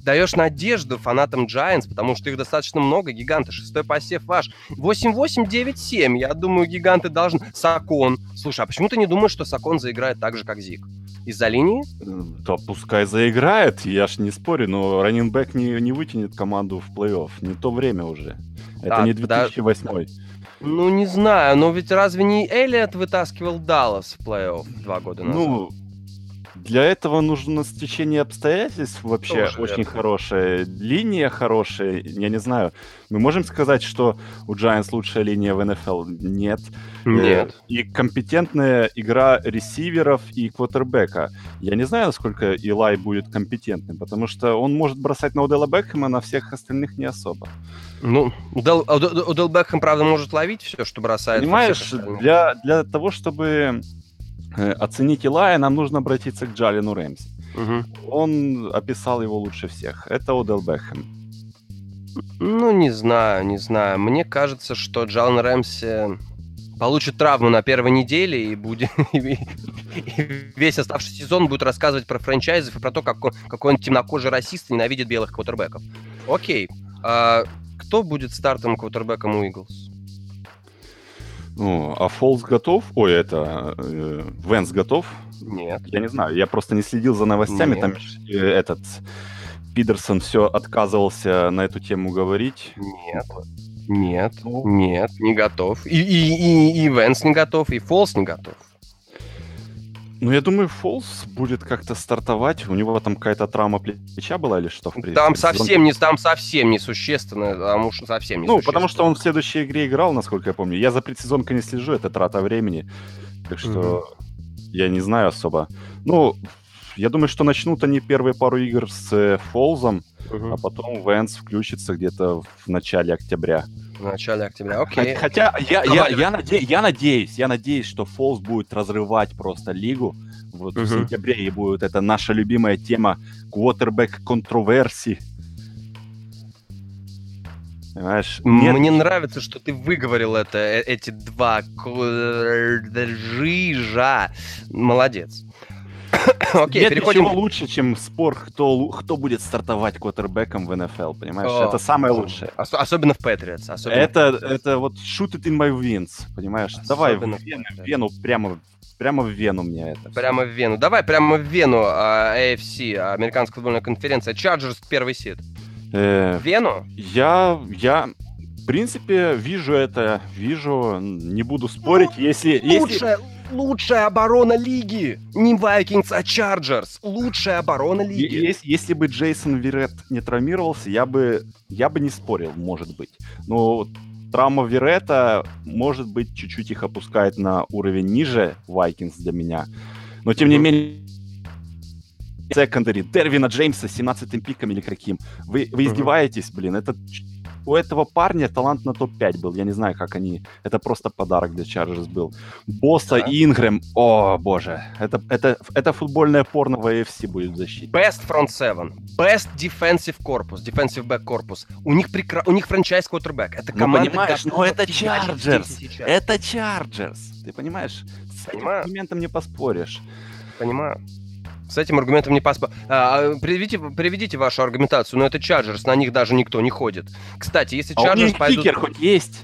даешь надежду фанатам Giants, потому что их достаточно много, гиганты, шестой посев ваш. восемь восемь девять семь, я думаю, гиганты должны... Сакон. Слушай, а почему ты не думаешь, что Сакон заиграет так же, как Зик? Из-за линии? Да пускай заиграет, я ж не спорю, но раннинбэк не, не вытянет команду в плей-офф. Не то время уже. Это да, не две тысячи восьмой. Да. Ну, не знаю, но ведь разве не Эллиот вытаскивал Даллас в плей-офф два года назад? Ну, для этого нужно стечение обстоятельств вообще Тоже очень верно. хорошая. Линия хорошая, я не знаю. Мы можем сказать, что у Giants лучшая линия в эн эф эл? Нет. Нет. Э, И компетентная игра ресиверов и квотербека. Я не знаю, насколько Илай будет компетентным, потому что он может бросать на Одела Бекхэма, на всех остальных не особо. Ну, Удел, Удел, Удел Бекхэм, правда, может ловить все, что бросает. Понимаешь, для, для того, чтобы э, оценить Илая, нам нужно обратиться к Джалену Рэмси. Угу. Он описал его лучше всех. Это Одел Бекхэм. Ну, не знаю, не знаю. Мне кажется, что Джален Рэмси получит травму на первой неделе и будет и весь оставшийся сезон будет рассказывать про франчайзов и про то, как он, какой он темнокожий расист и ненавидит белых квотербеков. Окей. А кто будет стартовым квотербеком у Иглс? Ну, а Фолс готов? Ой, это... Э, Венс готов? Нет. Я не знаю, я просто не следил за новостями. Нет. Там э, этот... Пидерсон все отказывался на эту тему говорить. Нет. Нет, Ну. нет, не готов. И, и, и, и Венс не готов, и Фолс не готов. Ну, я думаю, Фолс будет как-то стартовать. У него там какая-то травма плеча была или что? В при- Там в сезон- совсем не, там совсем несущественно, там уж совсем не Ну, потому что он в следующей игре играл, насколько я помню. Я за предсезонкой не слежу, это трата времени. Так что я не знаю особо. Ну, я думаю, что начнут они первые пару игр с э, Фолзом, Мгм. а потом Венс включится где-то в начале октября. В начале октября, окей. Хо- Хотя я, я, Давай. я, наде- я надеюсь, я надеюсь, что Фолз будет разрывать просто лигу вот в Мгм. сентябре, и будет это наша любимая тема квотербэк контроверси. Понимаешь? Нет, Мне нравится, что ты выговорил это, э- эти два к- жижа. Молодец. Окей, нет переходим. ничего лучше, чем спор, кто, лу- кто будет стартовать квотербеком в эн эф эл, понимаешь? О, это самое лучшее. Ос- особенно в Патриотс. Особенно Это, в Patriots. это вот shoot it in my veins, понимаешь? Давай в Особенно в вену, в Patriots. вену, прямо, прямо в вену мне это. всё. Прямо в Вену. Давай прямо в Вену, а, эй эф си, Американская футбольная конференция. Чарджерс первый сид. Э, В Вену? Я, я, в принципе, вижу это, вижу, не буду спорить, если... если... Лучшая, лучшая оборона лиги. Не Vikings, а Чарджерс. Лучшая оборона е- лиги. ес- Если бы Джейсон Веретт не травмировался, я бы, я бы не спорил, может быть. Но травма Веретта, может быть, чуть-чуть их опускает на уровень ниже Vikings для меня. Но, тем не Мгм. менее, секондари, Дервина Джеймса с семнадцатым пиком или каким. Вы, вы Мгм. издеваетесь, блин, это... ч- У этого парня талант на топ пять был. Я не знаю, как они... Это просто подарок для Чарджерс был. Босса Да. и Ингрэм. О, боже. Это, это, это футбольное порно в эй эф си будет в защите. Best front seven, best defensive corpus, defensive back corpus. У них прекра... у них франчайз квотербэк. Это Ну, команда. понимаешь, готова но это фигачить Чарджерс. сейчас. Это Чарджерс. Ты понимаешь? С этим Понимаю. аргументом не поспоришь. Понимаю. С этим аргументом не поспо... А, а, приведите, приведите вашу аргументацию, но это Чарджерс, на них даже никто не ходит. Кстати, если А у Чарджерс них пойдут... кикер хоть есть?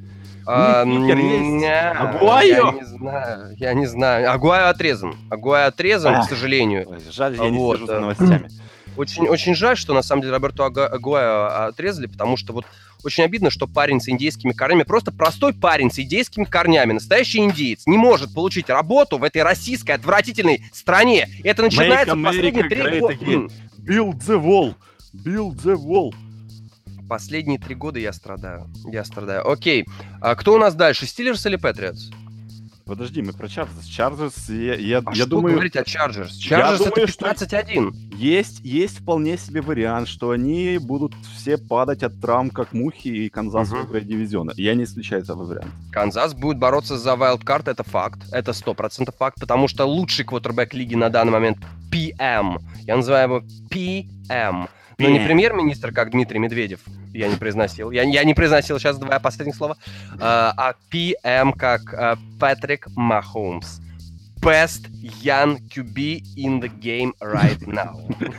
А, у них кикер есть. не, Агуайо? Я не знаю, я не знаю. Агуайо отрезан. Агуайо отрезан, Ах. к сожалению. Ой, жаль, я не Вот, слежу да. за новостями. Очень, очень жаль, что на самом деле Роберту Ага- Агуайо отрезали, потому что вот очень обидно, что парень с индейскими корнями, просто простой парень с индейскими корнями, настоящий индеец, не может получить работу в этой российской отвратительной стране. Это начинается Make последние America три great года. again. Build the wall. Build the wall. Последние три года я страдаю. Я страдаю. Окей. А кто у нас дальше? Стиллерс или Патриотс? Подожди, мы про Чарджерс. Чарджерс, я, я, А я что думаю, говорить о Чарджерс? Чарджерс это думаю, что- пятнадцать один. есть, есть вполне себе вариант, что они будут все падать от травм, как мухи, и Канзас Мгм. выиграет дивизион. Я не исключаю этого варианта. Канзас будет бороться за вайлдкарт, это факт. Это сто процентов факт, потому что лучший квотербек лиги на данный момент пи эм. Я называю его пи эм. Но не пи эм. премьер-министр, как Дмитрий Медведев. Я не произносил. Я, я не произносил сейчас два последних слова. А, а пи эм как а, Патрик Махомс. best young кью би in the game right now.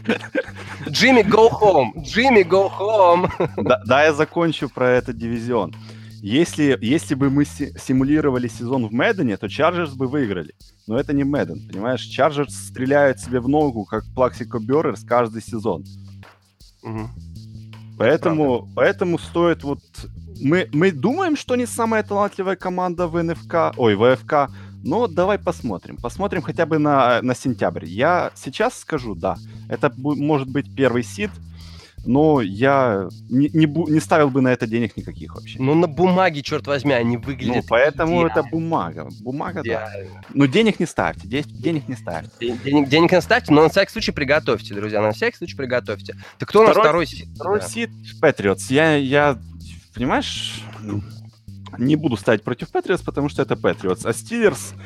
Джимми, go home! Джимми, go home! Да, да, я закончу про этот дивизион. Если, если бы мы си- симулировали сезон в Мэддене, то Чарджерс бы выиграли. Но это не Мэдден, понимаешь? Чарджерс стреляют себе в ногу, как Плаксико Бёррерс, каждый сезон. Угу. Поэтому, поэтому стоит вот... Мы, мы думаем, что не самая талантливая команда в эн эф ка, ой, в а эф ка, но давай посмотрим. Посмотрим хотя бы на, на сентябрь. Я сейчас скажу, да, это бу- может быть первый сид, но я не, не, бу- не ставил бы на это денег никаких вообще. Ну, на бумаге, черт возьми, они выглядят Ну, поэтому идеально. это бумага. Бумага, Идеально. да. Но денег не ставьте, де- денег не ставьте. Ден- Денег, денег не ставьте, но на всякий случай приготовьте, друзья, на всякий случай приготовьте. Так кто у нас второй сид? Второй Да. сид Патриотс. Я, я, понимаешь, не буду ставить против Патриотс, потому что это Патриотс. А Стиллерс...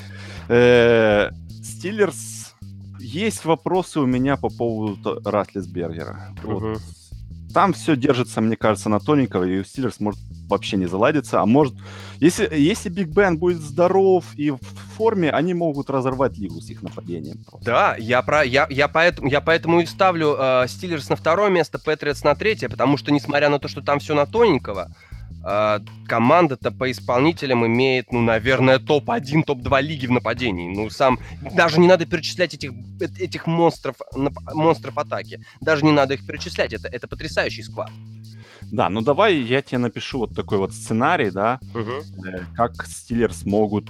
э, Стиллерс... Есть вопросы у меня по поводу Ратлисбергера. Вот. Мгм. Там все держится, мне кажется, на тоненького, и у Стиллерс может вообще не заладиться. А может, если, если Биг Бен будет здоров и в форме, они могут разорвать лигу с их нападением. Да, я, про, я, я, поэтому, я поэтому и ставлю э, Стиллерс на второе место, Патриотс на третье, потому что, несмотря на то, что там все на тоненького, э, команда-то по исполнителям имеет, ну, наверное, топ один, топ два лиги в нападении. Ну, сам... Даже не надо перечислять этих, э- этих монстров, нап- монстров атаки. Даже не надо их перечислять. Это, это потрясающий склад. Да, ну давай я тебе напишу вот такой вот сценарий, да, э, как Стиллерс могут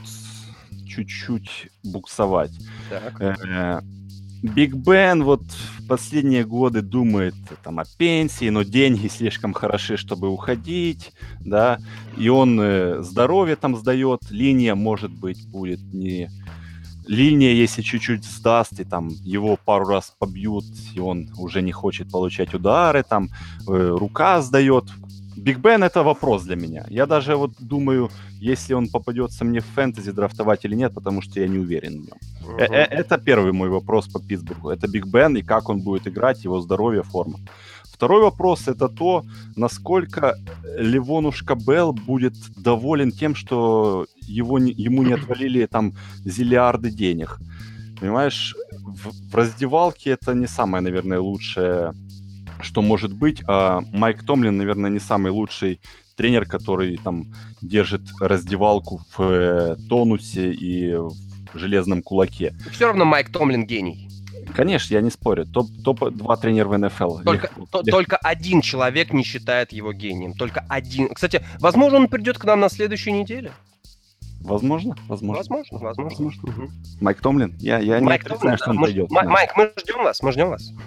чуть-чуть буксовать. Так. Э, Биг Бен вот в последние годы думает там о пенсии, но деньги слишком хороши, чтобы уходить, да, и он э, здоровье там сдает, линия, может быть, будет не... Линия, если чуть-чуть сдаст, и там его пару раз побьют, и он уже не хочет получать удары, там э, рука сдает. Биг Бен — это вопрос для меня. Я даже вот думаю, если он попадется мне в фэнтези, драфтовать или нет, потому что я не уверен в нем. Мгм. Э- э- Это первый мой вопрос по Питтсбургу. Это Биг Бен и как он будет играть, его здоровье, форма. Второй вопрос — это то, насколько Левонушка Белл будет доволен тем, что его, не- ему не отвалили там зиллиарды денег. Понимаешь, в, в раздевалке это не самое, наверное, лучшее, что может быть. А Майк Томлин, наверное, не самый лучший тренер, который там держит раздевалку в э, тонусе и в железном кулаке. Все равно Майк Томлин гений. Конечно, я не спорю. Топ, топ-два тренер в эн эф эл. Только, Легко, то- легко. только один человек не считает его гением. Только один. Кстати, возможно, он придет к нам на следующей неделе. Возможно, возможно. Возможно, возможно. Мгм. Майк Томлин? Я, я Майк не Томлин, отрицаю, что да, он мы- придет. Ма- да. Майк, мы ждем вас, мы ждем вас.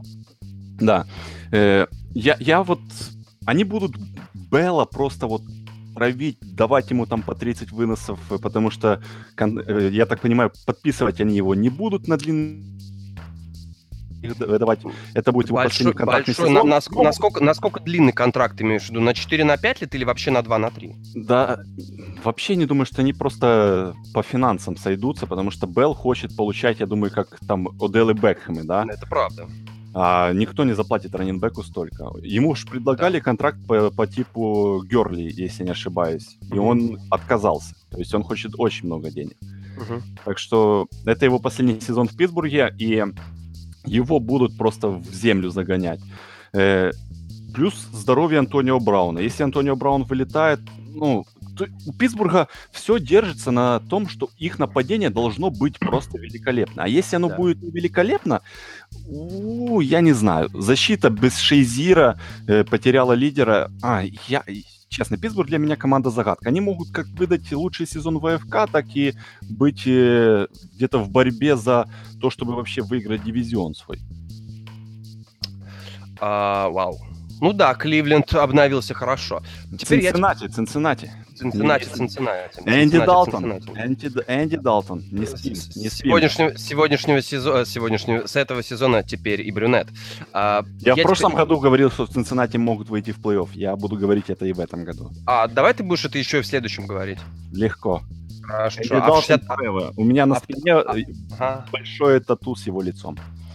Да. Э, я, я вот... Они будут Белла просто вот травить, давать ему там по тридцать выносов, э, потому что, кон- э, я так понимаю, подписывать они его не будут на длинный... их д- давать. Это будет его Большой, последний контрактный большой. сезон. На- наск- насколько, насколько длинный контракт ты имеешь в виду? На четыре на пять лет или вообще на два на три? Да, вообще не думаю, что они просто по финансам сойдутся, потому что Белл хочет получать, я думаю, как там Одел и Бекхэмы, да? Это правда. А никто не заплатит раннинбеку столько. Ему же предлагали контракт по, по типу Герли, если не ошибаюсь, и Мгм. он отказался. То есть он хочет очень много денег. Мгм. Так что это его последний сезон в Питтсбурге, и его будут просто в землю загонять. Э, плюс здоровье Антонио Брауна. Если Антонио Браун вылетает, ну, то у Питтсбурга все держится на том, что их нападение должно быть просто великолепно. А если оно Да. будет не великолепно, у, я не знаю. Защита без Шейзира э, потеряла лидера. А, я... Честно, Питтсбург для меня команда-загадка. Они могут как выдать лучший сезон в а эф ка, так и быть э, где-то в борьбе за то, чтобы вообще выиграть дивизион свой. А, вау. Ну да, Кливленд обновился хорошо. Теперь я... Цинциннати, Цинциннати. Цинциннати, Не- Цинциннати. Энди Цинциннати, Далтон. Цинциннати. Энди, Энди Далтон. Не спим, С не с спим. сегодняшнего, сегодняшнего сезона, сегодняшнего, с этого сезона теперь и брюнет. А, Я, в прошлом теперь- году говорил, что Цинциннати могут выйти в плей-офф. Я буду говорить это и в этом году. А давай ты будешь это еще и в следующем говорить. Легко. Хорошо. Энди А в Далтон шестьдесят forever. У меня на а- спине а- э, Ага. большое тату с его лицом.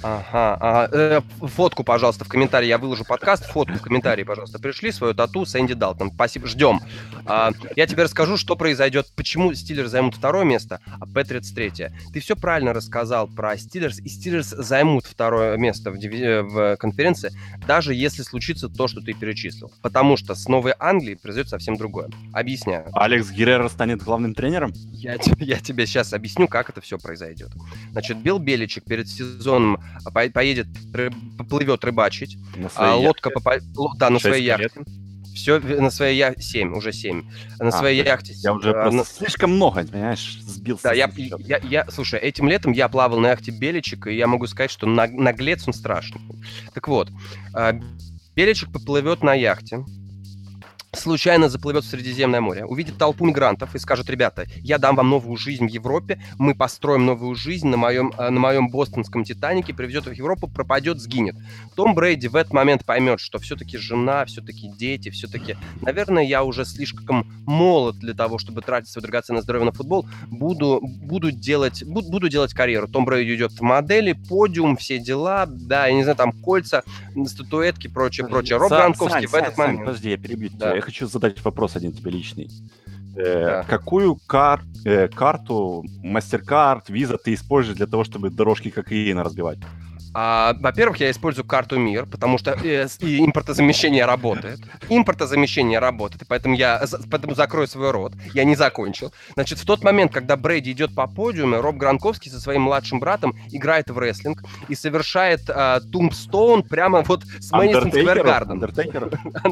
Ага, ага. Э, фотку, пожалуйста, в комментарии. Я выложу подкаст. Фотку в комментарии, пожалуйста, пришли. Свою тату с Энди Далтон. Спасибо, ждем. А, я тебе расскажу, что произойдет, почему Стиллерс займут второе место, а Патриотс третье. Ты все правильно рассказал про Стиллерс, и Стиллерс займут второе место в, диви... в конференции, даже если случится то, что ты перечислил. Потому что с Новой Англией произойдет совсем другое. Объясняю. Алекс Геррера станет главным тренером? Я, я тебе сейчас объясню, как это все произойдет. Значит, Билл Беличек перед сезоном поедет, поплывет рыбачить. На своей а, лодка попа... Да, на своей яхте. Все на своей яхте. семь, уже семь. На а, своей яхте. Я уже а, просто на... слишком много, понимаешь, сбился. Да, я, я, я, слушай, этим летом я плавал на яхте Беличек, и я могу сказать, что наглец он страшный. Так вот, Беличек поплывет на яхте, случайно заплывет в Средиземное море, увидит толпу мигрантов и скажет: ребята, я дам вам новую жизнь в Европе, мы построим новую жизнь на моем, на моем бостонском Титанике, привезет их в Европу, пропадет, сгинет. Том Брейди в этот момент поймет, что все-таки жена, все-таки дети, все-таки, наверное, я уже слишком молод для того, чтобы тратить свое драгоценное здоровье на футбол, буду, буду, делать, буду, буду делать карьеру. Том Брейди идет в модели, подиум, все дела, да, я не знаю, там кольца, статуэтки, прочее, прочее. Роб Гранковский в этот Сань, момент... Подожди, я перебью тебя. Да. Я хочу задать вопрос один тебе личный. Э, да. Какую кар- э, карту, MasterCard, Visa ты используешь для того, чтобы дорожки кокаина разбивать? А, во-первых, я использую карту МИР, потому что э, и импортозамещение работает. Импортозамещение работает, и поэтому я поэтому закрою свой рот. Я не закончил. Значит, в тот момент, когда Брейди идет по подиуму, Роб Гранковский со своим младшим братом играет в рестлинг и совершает э, тумстоун прямо вот с Мэдисон Сквер Гарден. Андертейкер?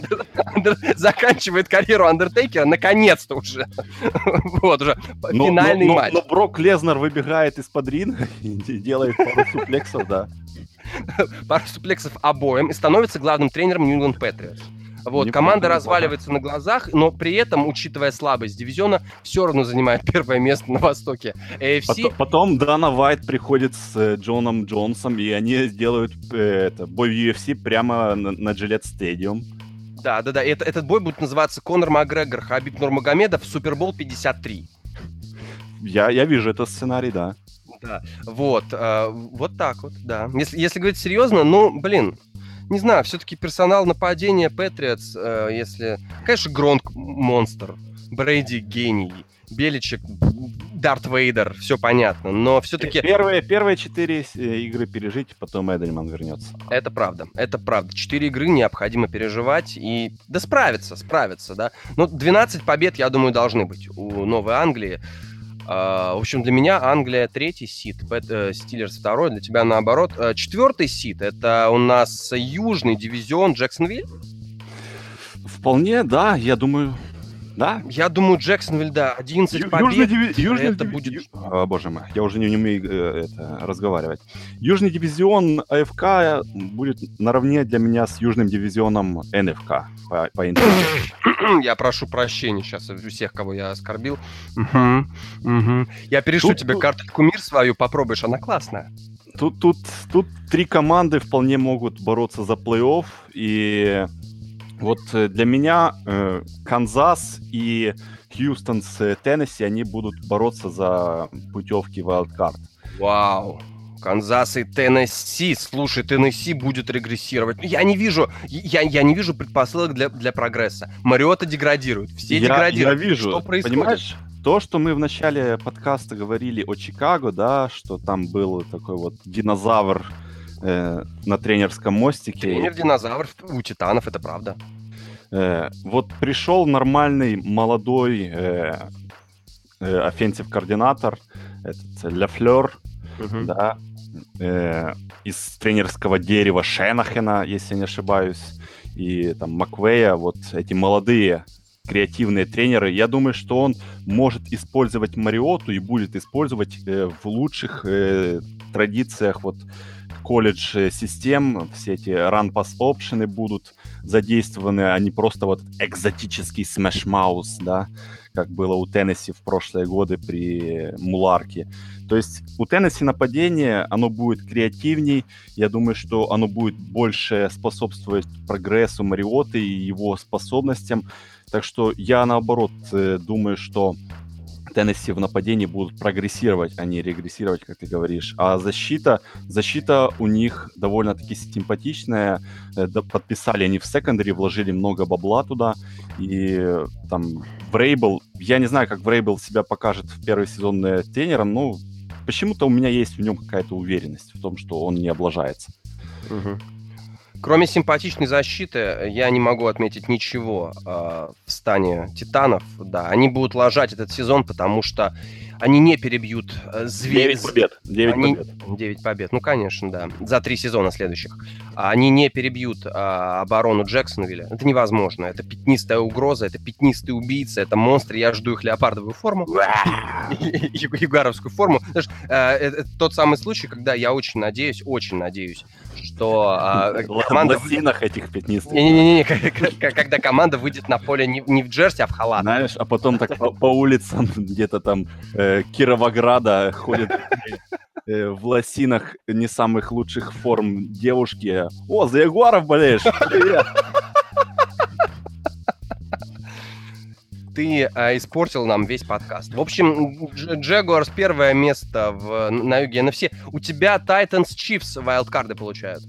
Заканчивает карьеру Андертейкера, наконец-то уже. Вот уже, финальный матч. Но Брок Лезнер выбегает из-под ринга и делает пару суплексов, да. Пару суплексов обоим и становится главным тренером New England Patriots. Вот, не команда не разваливается на глазах, но при этом, учитывая слабость дивизиона, все равно занимает первое место на Востоке эй эф си. Потом, потом Дана Уайт приходит с Джоном Джонсом, и они делают э, это, бой в ю эф си прямо на, на Gillette Stadium. Да, да, да. Это, этот бой будет называться Конор Макгрегор, Хабиб Нурмагомедов, Супербол пятьдесят три. Я, я вижу этот сценарий, да. Да, вот, э, вот так вот, да. Если, если говорить серьезно, ну, блин, не знаю, все-таки персонал нападения Патриотс, э, если... Конечно, Гронк монстр, Брейди гений, Беличек, Дарт Вейдер, все понятно, но все-таки... Первые, первые четыре игры пережить, потом Эдельман вернется. Это правда, это правда. Четыре игры необходимо переживать и... Да справиться, справиться, да. Ну, двенадцать побед, я думаю, должны быть у Новой Англии. Uh, в общем, для меня Англия третий сид, Стиллерс второй, для тебя наоборот. Uh, четвертый сид — это у нас южный дивизион Джексонвиль? Вполне, да, я думаю, да. Я думаю, Джексонвиль, да, одиннадцать Ю- побед, диви- Южный это диви- будет... Ю- О, боже мой, я уже не, не умею э, это, разговаривать. Южный дивизион АФК будет наравне для меня с южным дивизионом эн эф ка по, по Я прошу прощения сейчас у всех, кого я оскорбил. Угу, угу. Я перешлю тут, тебе тут... карточку МИР свою, попробуешь, она классная. Тут, тут, тут три команды вполне могут бороться за плей-офф, и вот для меня э, Канзас и Хьюстон с Теннесси, они будут бороться за путевки в Wildcard. Вау! Канзас и Теннесси. Слушай, Теннесси будет регрессировать. Я не вижу, я, я не вижу предпосылок для, для прогресса. Мариотта деградирует, все я, деградируют. Я вижу, что происходит? Понимаешь? То, что мы в начале подкаста говорили о Чикаго, да, что там был такой вот динозавр э, на тренерском мостике. Тренер-динозавр у Титанов, это правда. Э, вот пришел нормальный молодой э, э, офенсив-координатор, этот Лафлер, uh-huh. да, э, из тренерского дерева Шенахена, если не ошибаюсь, и там Маквея, вот эти молодые креативные тренеры. Я думаю, что он может использовать Мариотту и будет использовать э, в лучших э, традициях вот колледж-систем. Все эти run-pass-опшены будут задействованы, а не просто вот экзотический smash-mouse, да, как было у Теннесси в прошлые годы при Муларке. То есть у Теннесси нападение, оно будет креативней. Я думаю, что оно будет больше способствовать прогрессу Мариотты и его способностям. Так что я, наоборот, думаю, что Теннесси в нападении будут прогрессировать, а не регрессировать, как ты говоришь. А защита, защита у них довольно-таки симпатичная. Подписали они в секондаре, вложили много бабла туда. И там Врейбл, я не знаю, как Врейбл себя покажет в первый сезон тренером, но почему-то у меня есть в нем какая-то уверенность в том, что он не облажается. Угу. Кроме симпатичной защиты, я не могу отметить ничего э, в стане Титанов. Да, они будут ложать этот сезон, потому что они не перебьют э, зверей. девять побед. девять они... побед. девять побед, ну, конечно, да. За три сезона следующих. Они не перебьют э, оборону Джексонвилля. Это невозможно. Это пятнистая угроза, это пятнистый убийца, это монстр. Я жду их леопардовую форму. Югаровскую форму. Это тот самый случай, когда я очень надеюсь, очень надеюсь, что э, команда... В лосинах этих пятнистых. Не-не-не, когда команда выйдет на поле не, не в джерси, а в халат. Знаешь, а потом так по, по улицам где-то там э, Кировограда ходят э, в лосинах не самых лучших форм девушки. О, за Ягуаров болеешь? Привет! Ты э, испортил нам весь подкаст. В общем, Джегуарс первое место в, на юге эн эф си. У тебя Titans Chiefs вайлдкарды получают.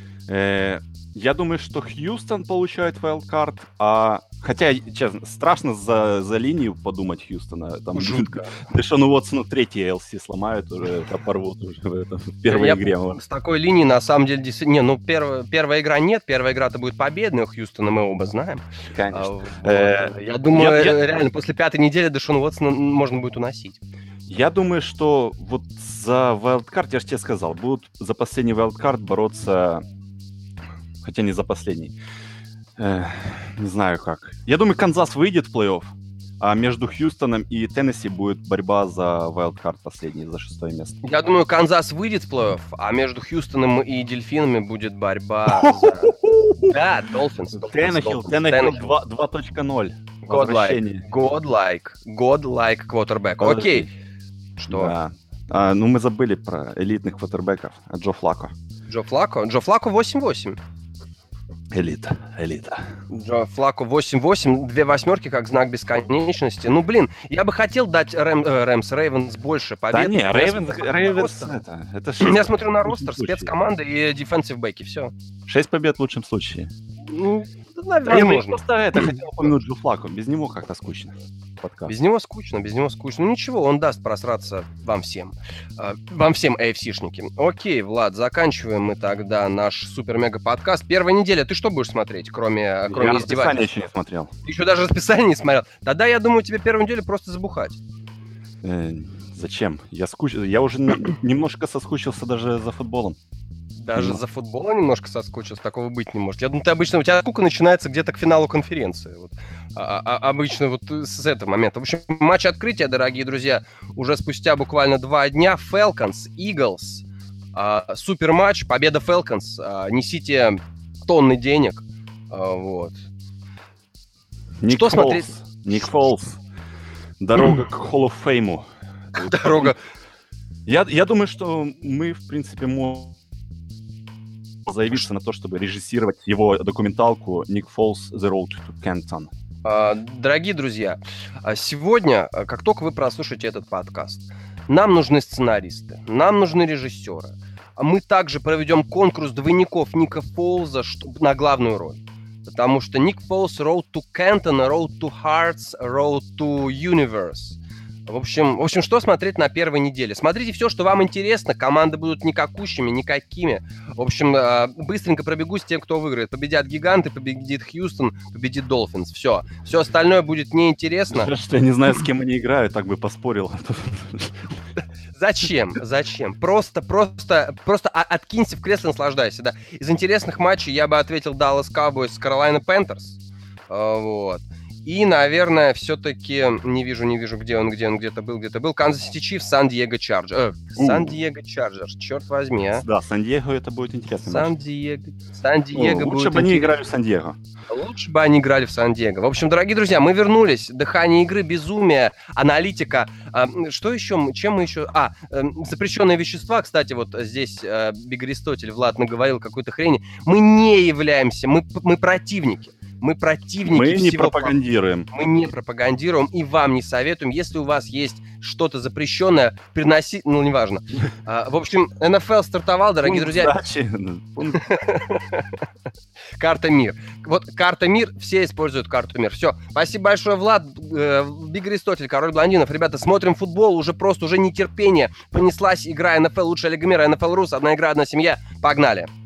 Э, я думаю, что Хьюстон получает вайлдкард, а... Хотя, честно, страшно за, за линию подумать Хьюстона. Там жутко. Дэшону Уотсону третий эл си сломают уже, порвут уже в, этом, в первой я игре. С такой линией, на самом деле, действительно... Не, ну, первая, первая игра нет, первая игра-то будет победной у Хьюстона, мы оба знаем. Конечно. А, вот. э, я думаю, я, я... реально, после пятой недели Дэшона Уотсона можно будет уносить. Я думаю, что вот за вайлдкард, я же тебе сказал, будут за последний вайлдкард бороться... Хотя не за последний. Э, не знаю как. Я думаю, Канзас выйдет в плей-офф, а между Хьюстоном и Теннесси будет борьба за вайлдкард последний, за шестое место. Я думаю, Канзас выйдет в плей-офф, а между Хьюстоном и Дельфинами будет борьба за... Да, Долфинс. Теннехилл, Теннехилл два точка ноль. Godlike, godlike, godlike quarterback. Окей. Что? Да. А, ну, мы забыли про элитных квотербеков. Джо Флако. Джо Флако? Джо Флако восемь восемь. Элита, элита. Джо Флако восемь восемь, две восьмерки как знак бесконечности. Ну, блин, я бы хотел дать Рэм, э, Рэмс, Рейвенс больше побед. Да не, Рейвенс, Рейвенс это... это шесть я смотрю на ростер, спецкоманды и дефенсив бэки, все. Шесть побед в лучшем случае. Ну, возможно. Я просто это хотел упомянуть Джо Флако, без него как-то скучно. Подкаст. Без него скучно, без него скучно. Ну ничего, он даст просраться вам всем. Э, вам всем эй эф си-шники. Окей, Влад, заканчиваем мы тогда наш супер-мега-подкаст. Первая неделя, ты что будешь смотреть, кроме, кроме я издевательств? Я расписание еще не смотрел. Ты еще даже расписание не смотрел. Тогда, я думаю, тебе первую неделю просто забухать. Э, зачем? Я, скуч... я уже немножко соскучился даже за футболом. Даже mm. за футболом немножко соскучился, такого быть не может. Я думаю, ты обычно, у тебя скука начинается где-то к финалу конференции. Вот. А, а, обычно вот с этого момента. В общем, матч открытия, дорогие друзья, уже спустя буквально два дня. Falcons, Eagles. А, супер матч, победа Falcons. А, несите тонны денег. А, вот. Ник Что Фолс. смотреть? Ник Фолс. Дорога к Hall of Fame. Дорога. Я, я думаю, что мы, в принципе, можем заявиться на то, чтобы режиссировать его документалку «Ник Фолс. The Road to Canton». Дорогие друзья, сегодня, как только вы прослушаете этот подкаст, нам нужны сценаристы, нам нужны режиссеры. Мы также проведем конкурс двойников Ника Фолза на главную роль. Потому что Ник Фолс, Road to Canton, Road to Hearts, Road to Universe. В общем, в общем, что смотреть на первой неделе? Смотрите все, что вам интересно. Команды будут никакущими, никакими. В общем, быстренько пробегусь тем, кто выиграет. Победят Гиганты, победит Хьюстон, победит Долфинс. Все. Все остальное будет неинтересно. Что я не знаю, с кем они играют, так бы поспорил. Зачем? Зачем? Просто, просто, просто откинься в кресло, наслаждайся. Да. Из интересных матчей я бы ответил Dallas Cowboys с Carolina Panthers. Вот. И, наверное, все-таки не вижу, не вижу, где он, где он где-то был, где-то был. Канзас Сити Чифс, Сан-Диего Чарджерс. Э, Сан-Диего Чарджерс, черт возьми, а. Да, Сан-Диего это будет интересно. Сан-Диего, Сан-Диего О, будет лучше бы они играли в Сан-Диего. Лучше бы они играли в Сан-Диего. В общем, дорогие друзья, мы вернулись. Дыхание игры, безумие, аналитика. А, что еще? Чем мы еще? А, э, запрещенные вещества. Кстати, вот здесь э, Биг Аристотель, Влад, наговорил какой-то хрени. Мы не являемся, мы, мы противники. Мы противники Мы не всего... пропагандируем. Мы не пропагандируем и вам не советуем. Если у вас есть что-то запрещенное, приноси... Ну, неважно. А, в общем, эн эф эл стартовал, дорогие друзья. Карта МИР. Вот карта МИР, все используют карту МИР. Все. Спасибо большое, Влад. Биг Аристотель, король блондинов. Ребята, смотрим футбол. Уже просто, уже нетерпение. Понеслась игра эн эф эл, лучшая лига мира. эн эф эл Рус, одна игра, одна семья. Погнали.